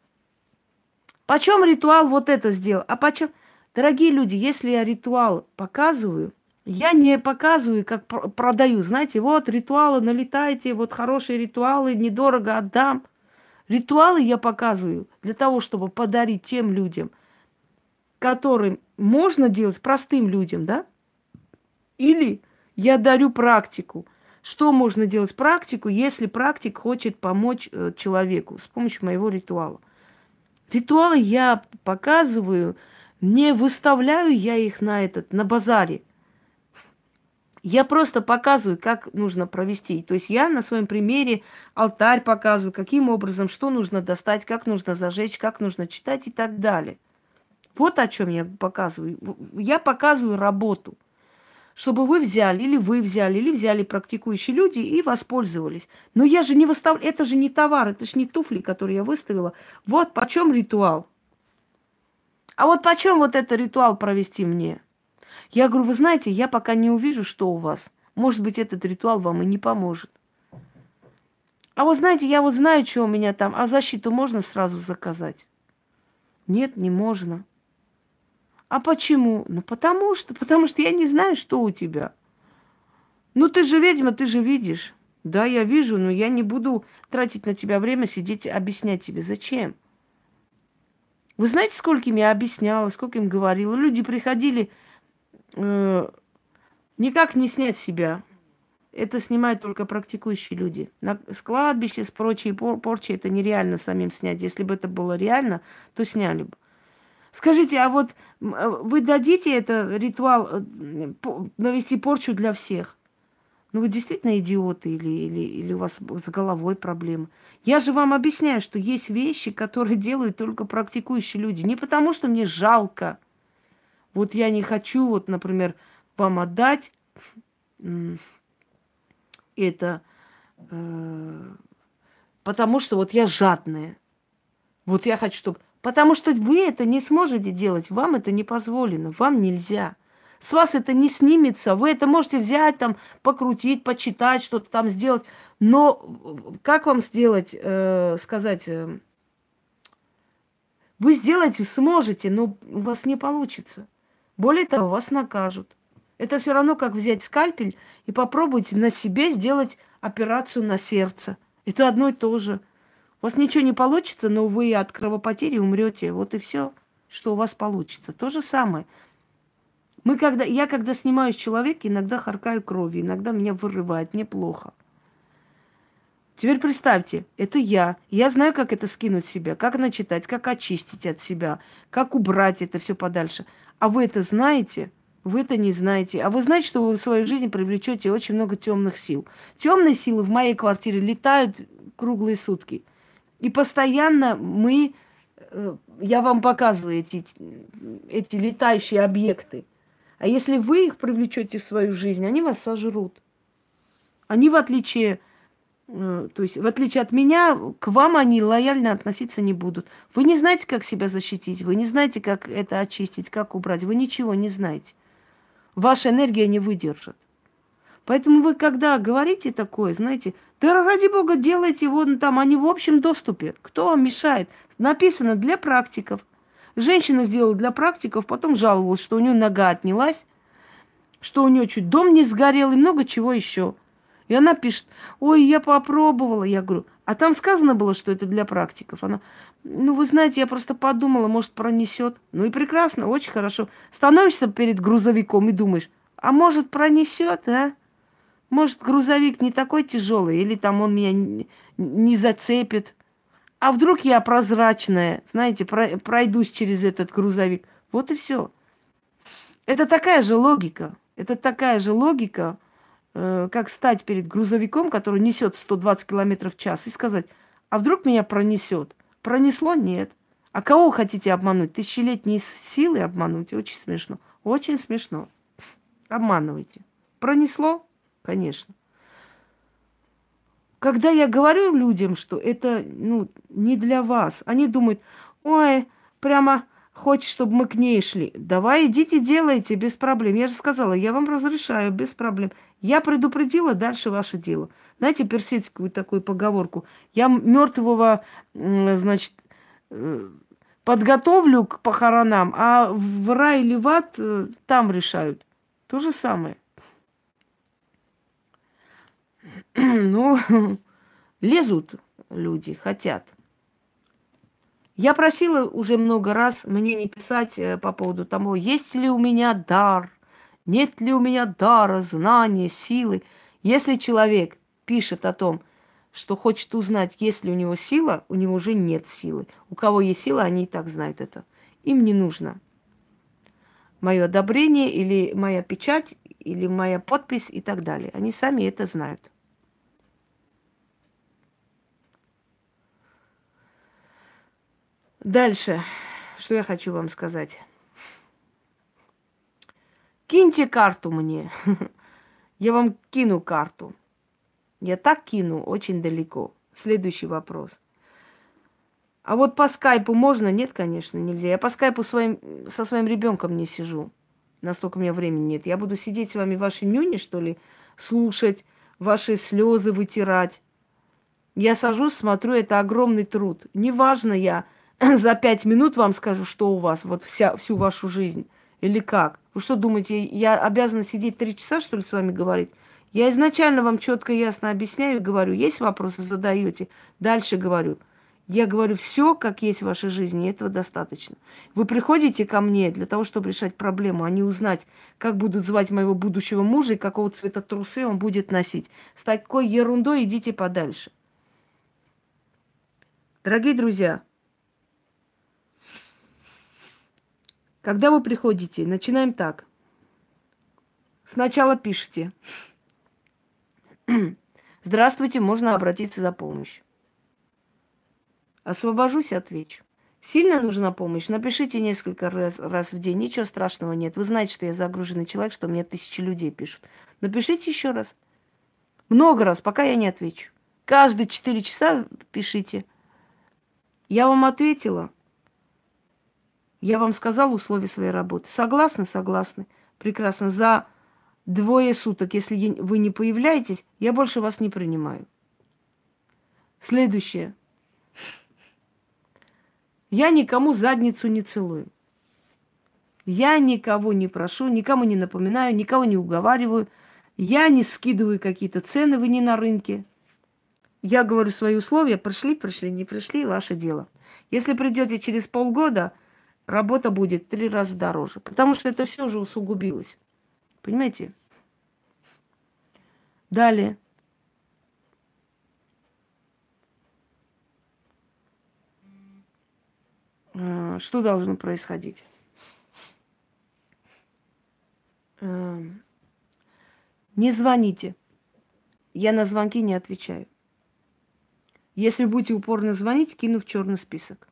Почем ритуал вот это сделал? А почем... Дорогие люди, если я ритуал показываю, я не показываю, как продаю. Знаете, вот ритуалы, налетайте, вот хорошие ритуалы, недорого отдам. Ритуалы я показываю для того, чтобы подарить тем людям, которым можно делать, простым людям, да? Или я дарю практику. Что можно делать практику, если практик хочет помочь э, человеку с помощью моего ритуала? Ритуалы я показываю, не выставляю я их на этот, на базаре. Я просто показываю, как нужно провести. То есть я на своем примере алтарь показываю, каким образом, что нужно достать, как нужно зажечь, как нужно читать и так далее. Вот о чем я показываю. Я показываю работу, чтобы вы взяли, или вы взяли, или взяли практикующие люди и воспользовались. Но я же не выставляю, это же не товар, это же не туфли, которые я выставила. Вот почем ритуал. А вот почем вот этот ритуал провести мне? Я говорю, вы знаете, я пока не увижу, что у вас. Может быть, этот ритуал вам и не поможет. А вот знаете, я вот знаю, что у меня там. А защиту можно сразу заказать? Нет, не можно. А почему? Ну, потому что, потому что я не знаю, что у тебя. Ну, ты же ведьма, ты же видишь. Да, я вижу, но я не буду тратить на тебя время, сидеть, объяснять тебе. Зачем? Вы знаете, сколько им я объясняла, сколько им говорила? Люди приходили... Э, никак не снять себя. Это снимают только практикующие люди. На, с кладбища, с прочей пор, порчи это нереально самим снять. Если бы это было реально, то сняли бы. Скажите, а вот м, э, вы дадите это ритуал э, по- навести порчу для всех? Ну вы действительно идиоты или, или, или у вас с головой проблемы? Я же вам объясняю, что есть вещи, которые делают только практикующие люди. Не потому, что мне жалко. Вот я не хочу, вот, например, вам отдать м, это, э, потому что вот я жадная. Вот я хочу, чтобы... Потому что вы это не сможете делать, вам это не позволено, вам нельзя. С вас это не снимется, вы это можете взять, там, покрутить, почитать, что-то там сделать. Но э, как вам сделать, э, сказать, э, вы сделать сможете, но у вас не получится. Более того, вас накажут. Это все равно, как взять скальпель и попробовать на себе сделать операцию на сердце. Это одно и то же. У вас ничего не получится, но вы от кровопотери умрете. Вот и все, что у вас получится. То же самое. Мы когда, я когда снимаю с человека, иногда харкаю кровью, иногда меня вырывает, мне плохо. Теперь представьте, это я. Я знаю, как это скинуть с себя, как начитать, как очистить от себя, как убрать это все подальше. А вы это знаете? Вы это не знаете. А вы знаете, что вы в свою жизнь привлечете очень много темных сил. Темные силы в моей квартире летают круглые сутки. И постоянно мы, э, я вам показываю эти, эти летающие объекты. А если вы их привлечете в свою жизнь, они вас сожрут. Они, в отличие, э, то есть, в отличие от меня, к вам они лояльно относиться не будут. Вы не знаете, как себя защитить, вы не знаете, как это очистить, как убрать. Вы ничего не знаете. Ваша энергия не выдержит. Поэтому вы, когда говорите такое, знаете, да ради бога, делайте, вон там, они в общем доступе. Кто вам мешает? Написано для практиков. Женщина сделала для практиков, потом жаловалась, что у нее нога отнялась, что у нее чуть дом не сгорел и много чего еще. И она пишет, ой, я попробовала. Я говорю, а там сказано было, что это для практиков. Она, ну, вы знаете, я просто подумала, может, пронесет. Ну и прекрасно, очень хорошо. Становишься перед грузовиком и думаешь, а может, пронесет, а? Может, грузовик не такой тяжелый, или там он меня не, не зацепит. А вдруг я прозрачная, знаете, про- пройдусь через этот грузовик. Вот и все. Это такая же логика. Это такая же логика, э, как стать перед грузовиком, который несет сто двадцать километров в час, и сказать, а вдруг меня пронесет? Пронесло? Нет. А кого вы хотите обмануть? Тысячелетние силы обмануть? Очень смешно. Очень смешно. Обманывайте. Пронесло? Конечно. Когда я говорю людям, что это ну, не для вас, они думают, ой, прямо хочет, чтобы мы к ней шли. Давай идите, делайте, без проблем. Я же сказала, я вам разрешаю, без проблем. Я предупредила, дальше ваше дело. Знаете персидскую такую поговорку? Я мертвого, значит, э, подготовлю к похоронам, а в рай или в ад э, там решают. То же самое. Ну, лезут люди, хотят. Я просила уже много раз мне не писать э, по поводу того, есть ли у меня дар, нет ли у меня дара, знания, силы. Если человек пишет о том, что хочет узнать, есть ли у него сила, у него уже нет силы. У кого есть сила, они и так знают это. Им не нужно мое одобрение или моя печать, или моя подпись и так далее. Они сами это знают. Дальше, что я хочу вам сказать. Киньте карту мне. Я вам кину карту. Я так кину очень далеко. Следующий вопрос. А вот по скайпу можно? Нет, конечно, нельзя. Я по скайпу своим, со своим ребенком не сижу. Настолько у меня времени нет. Я буду сидеть с вами в вашей нюне, что ли, слушать, ваши слезы вытирать. Я сажусь, смотрю, это огромный труд. Неважно, я за пять минут вам скажу, что у вас, вот вся, всю вашу жизнь. Или как? Вы что думаете, я обязана сидеть три часа, что ли, с вами говорить? Я изначально вам четко и ясно объясняю и говорю, есть вопросы, задаете. Дальше говорю. Я говорю все, как есть в вашей жизни, и этого достаточно. Вы приходите ко мне для того, чтобы решать проблему, а не узнать, как будут звать моего будущего мужа и какого цвета трусы он будет носить. С такой ерундой идите подальше. Дорогие друзья, Когда вы приходите, начинаем так. Сначала пишите. Здравствуйте, можно обратиться за помощью. Освобожусь, отвечу. Сильно нужна помощь? Напишите несколько раз, раз в день. Ничего страшного нет. Вы знаете, что я загруженный человек, что мне тысячи людей пишут. Напишите еще раз. Много раз, пока я не отвечу. Каждые четыре часа пишите. Я вам ответила. Я вам сказала условия своей работы. Согласны? Согласны. Прекрасно. За двое суток, если вы не появляетесь, я больше вас не принимаю. Следующее. Я никому задницу не целую. Я никого не прошу, никому не напоминаю, никого не уговариваю. Я не скидываю какие-то цены, вы не на рынке. Я говорю свои условия, пришли, пришли, не пришли, ваше дело. Если придете через полгода, работа будет в три раза дороже, потому что это все уже усугубилось. Понимаете? Далее. Что должно происходить? Не звоните. Я на звонки не отвечаю. Если будете упорно звонить, кину в черный список.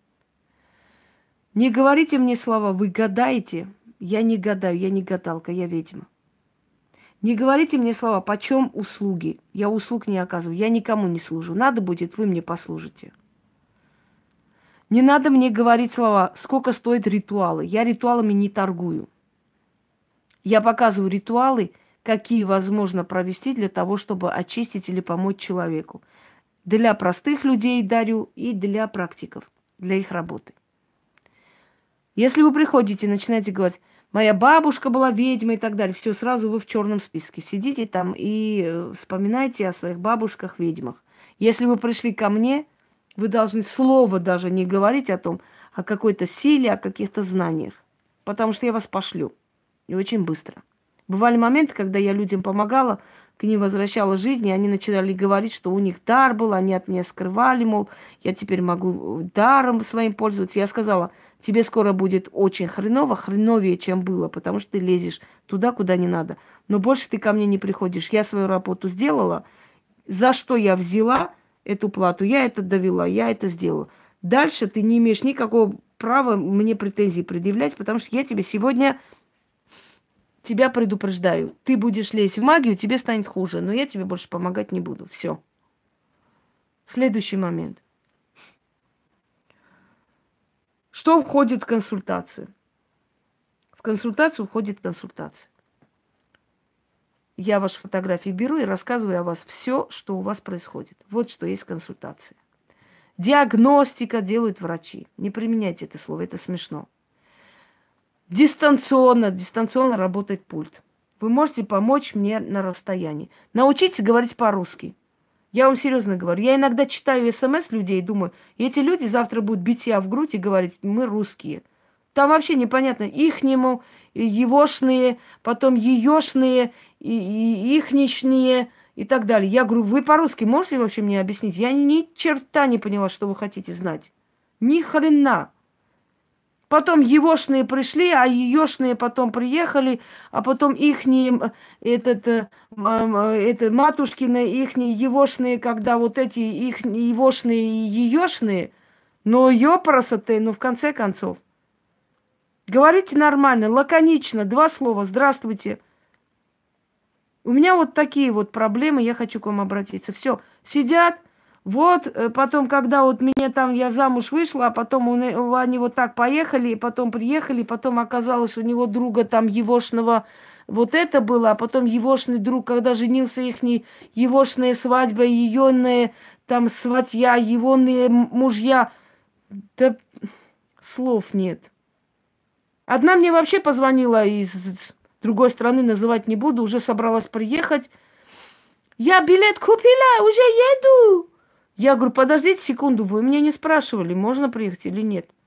Не говорите мне слова «вы гадаете». Я не гадаю, я не гадалка, я ведьма. Не говорите мне слова «почем услуги». Я услуг не оказываю, я никому не служу. Надо будет, вы мне послужите. Не надо мне говорить слова «сколько стоят ритуалы». Я ритуалами не торгую. Я показываю ритуалы, какие возможно провести для того, чтобы очистить или помочь человеку. Для простых людей дарю и для практиков, для их работы. Если вы приходите и начинаете говорить, моя бабушка была ведьмой и так далее, все, сразу вы в черном списке. Сидите там и вспоминайте о своих бабушках-ведьмах. Если вы пришли ко мне, вы должны слова даже не говорить о том, о какой-то силе, о каких-то знаниях. Потому что я вас пошлю. И очень быстро. Бывали моменты, когда я людям помогала, к ним возвращала жизнь, и они начинали говорить, что у них дар был, они от меня скрывали, мол, я теперь могу даром своим пользоваться. Я сказала, тебе скоро будет очень хреново, хреновее, чем было, потому что ты лезешь туда, куда не надо. Но больше ты ко мне не приходишь. Я свою работу сделала. За что я взяла эту плату? Я это довела, я это сделала. Дальше ты не имеешь никакого права мне претензий предъявлять, потому что я тебе сегодня... Тебя предупреждаю. Ты будешь лезть в магию, тебе станет хуже. Но я тебе больше помогать не буду. Все. Следующий момент. Что входит в консультацию? В консультацию входит консультация. Я ваши фотографии беру и рассказываю о вас все, что у вас происходит. Вот что есть консультация. Диагностика делают врачи. Не применяйте это слово, это смешно. Дистанционно, дистанционно работает пульт. Вы можете помочь мне на расстоянии. Научитесь говорить по-русски. Я вам серьезно говорю. Я иногда читаю смс людей и думаю, эти люди завтра будут бить себя в грудь и говорить, мы русские. Там вообще непонятно, ихнему, егошные, потом еешные, и, и ихничные и так далее. Я говорю, вы по-русски можете вообще мне объяснить? Я ни черта не поняла, что вы хотите знать. Ни хрена. Потом егошные пришли, а еешные потом приехали, а потом ихние, этот, это, матушкины, ихние егошные, когда вот эти их егошные и еешные, ну, ёпросоты, ну, в конце концов. Говорите нормально, лаконично, два слова, здравствуйте. У меня вот такие вот проблемы, я хочу к вам обратиться. Все, сидят. Вот, потом, когда вот меня там, я замуж вышла, а потом у, они вот так поехали, и потом приехали, и потом оказалось у него друга там егошного, вот это было, а потом егошный друг, когда женился, ихний егошная свадьба, еёные там сватья, егоные мужья, да слов нет. Одна мне вообще позвонила из другой страны, называть не буду, уже собралась приехать. Я билет купила, уже еду. Я говорю, подождите секунду, вы меня не спрашивали, можно приехать или нет.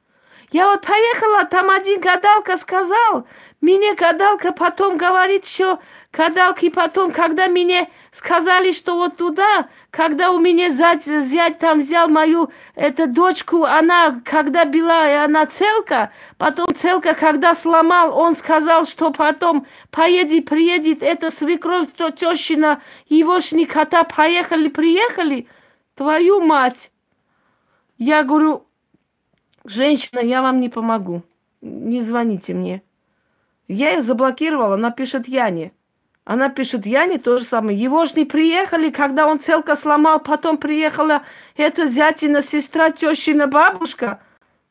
Я вот поехала, там один гадалка сказал, мне гадалка потом говорит, что гадалки потом, когда мне сказали, что вот туда, когда у меня зять, зять там взял мою эту дочку, она когда была, и она целка, потом целка, когда сломал, он сказал, что потом поедет, приедет, это свекровь, то тещина, егошни кота, поехали, приехали, твою мать. Я говорю, женщина, я вам не помогу, не звоните мне. Я ее заблокировала, она пишет Яне. Она пишет Яне то же самое. Его ж не приехали, когда он целка сломал, потом приехала эта зятина, сестра, тещина, бабушка.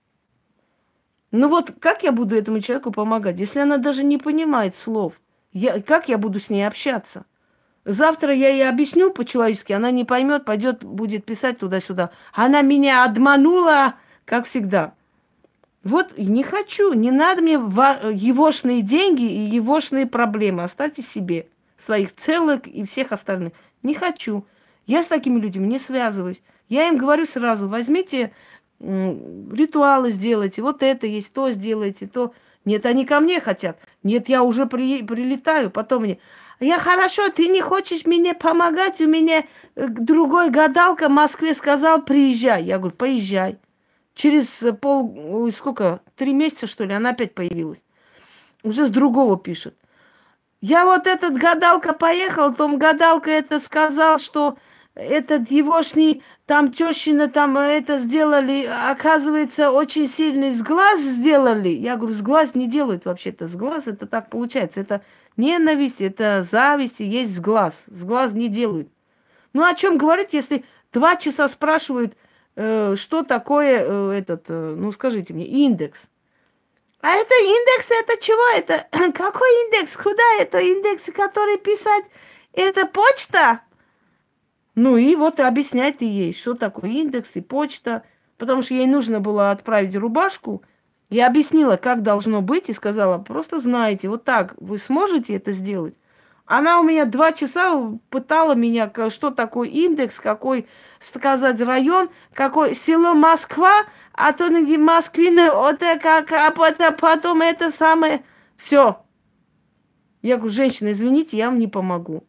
Ну вот как я буду этому человеку помогать, если она даже не понимает слов? Я, как я буду с ней общаться? Завтра я ей объясню по-человечески, она не поймет, пойдет, будет писать туда-сюда. Она меня обманула, как всегда. Вот не хочу, не надо мне егошные деньги и егошные проблемы. Оставьте себе своих целок и всех остальных. Не хочу. Я с такими людьми не связываюсь. Я им говорю сразу, возьмите м, ритуалы, сделайте, вот это есть, то сделайте, то... Нет, они ко мне хотят. Нет, я уже при, прилетаю, потом мне... Я хорошо, ты не хочешь мне помогать, у меня другой гадалка в Москве сказал, приезжай. Я говорю, поезжай. Через пол, ой, сколько, три месяца, что ли, она опять появилась. Уже с другого пишет. Я вот этот гадалка поехал, том гадалка это сказал, что этот егошний, там тещина, там это сделали, оказывается, очень сильный сглаз сделали. Я говорю, сглаз не делают вообще-то. Сглаз это так получается. Это ненависть, это зависть, есть сглаз. Сглаз не делают. Ну о чем говорить, если два часа спрашивают, что такое этот, ну скажите мне, индекс? А это индекс, это чего? Это какой индекс? Куда это индекс, который писать? Это почта? Ну и вот объяснять ей, что такое индекс и почта. Потому что ей нужно было отправить рубашку. Я объяснила, как должно быть, и сказала, просто знаете, вот так вы сможете это сделать? Она у меня два часа пытала меня, что такое индекс, какой, сказать, район, какое село Москва, а то в Москве, вот как, а потом это самое. Все. Я говорю, женщина, извините, я вам не помогу.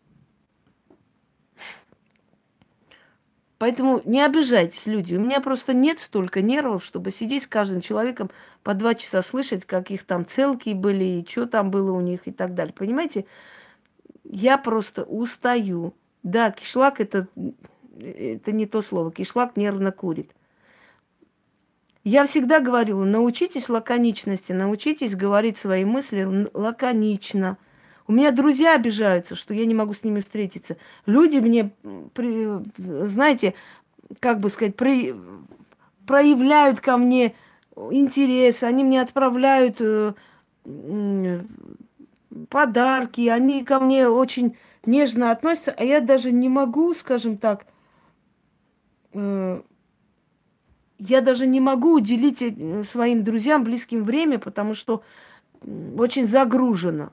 Поэтому не обижайтесь, люди. У меня просто нет столько нервов, чтобы сидеть с каждым человеком по два часа слышать, как их там целки были, и что там было у них и так далее. Понимаете? Я просто устаю. Да, кишлак это, это не то слово. Кишлак нервно курит. Я всегда говорила, научитесь лаконичности, научитесь говорить свои мысли лаконично. У меня друзья обижаются, что я не могу с ними встретиться. Люди мне, знаете, как бы сказать, при, проявляют ко мне интерес, они мне отправляют подарки, они ко мне очень нежно относятся, а я даже не могу, скажем так, э, я даже не могу уделить своим друзьям, близким время, потому что очень загружено.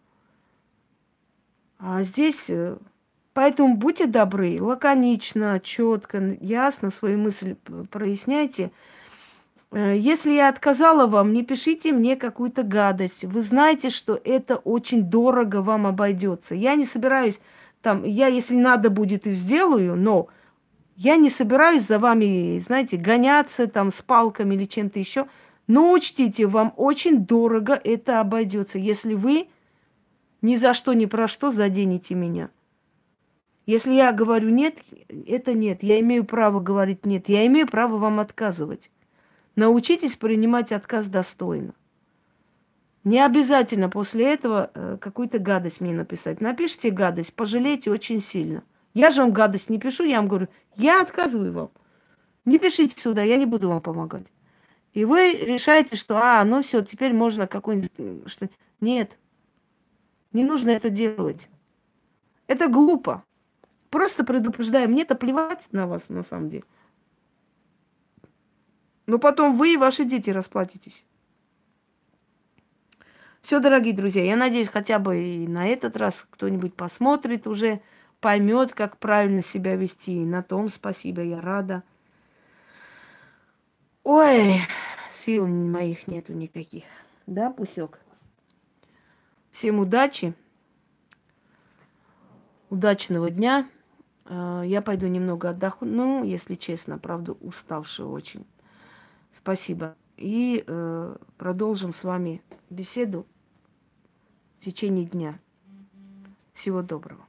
А здесь, э, поэтому будьте добры, лаконично, четко, ясно свои мысли проясняйте. Если я отказала вам, не пишите мне какую-то гадость. Вы знаете, что это очень дорого вам обойдется. Я не собираюсь там, я, если надо будет, и сделаю, но я не собираюсь за вами, знаете, гоняться там с палками или чем-то еще. Но учтите, вам очень дорого это обойдется, если вы ни за что, ни про что заденете меня. Если я говорю нет, это нет. Я имею право говорить нет. Я имею право вам отказывать. Научитесь принимать отказ достойно. Не обязательно после этого э, какую-то гадость мне написать. Напишите гадость, пожалейте очень сильно. Я же вам гадость не пишу, я вам говорю, я отказываю вам. Не пишите сюда, я не буду вам помогать. И вы решаете, что, а, ну все, теперь можно какой-нибудь... Что... Нет, не нужно это делать. Это глупо. Просто предупреждаю, мне-то плевать на вас на самом деле. Но потом вы и ваши дети расплатитесь. Все, дорогие друзья, я надеюсь, хотя бы и на этот раз кто-нибудь посмотрит уже, поймет, как правильно себя вести. И на том спасибо, я рада. Ой, Сил моих нету никаких. Да, Пусек? Всем удачи. Удачного дня. Я пойду немного отдохну, ну, если честно, правда, уставшая очень. Спасибо. И э, продолжим с вами беседу в течение дня. Всего доброго.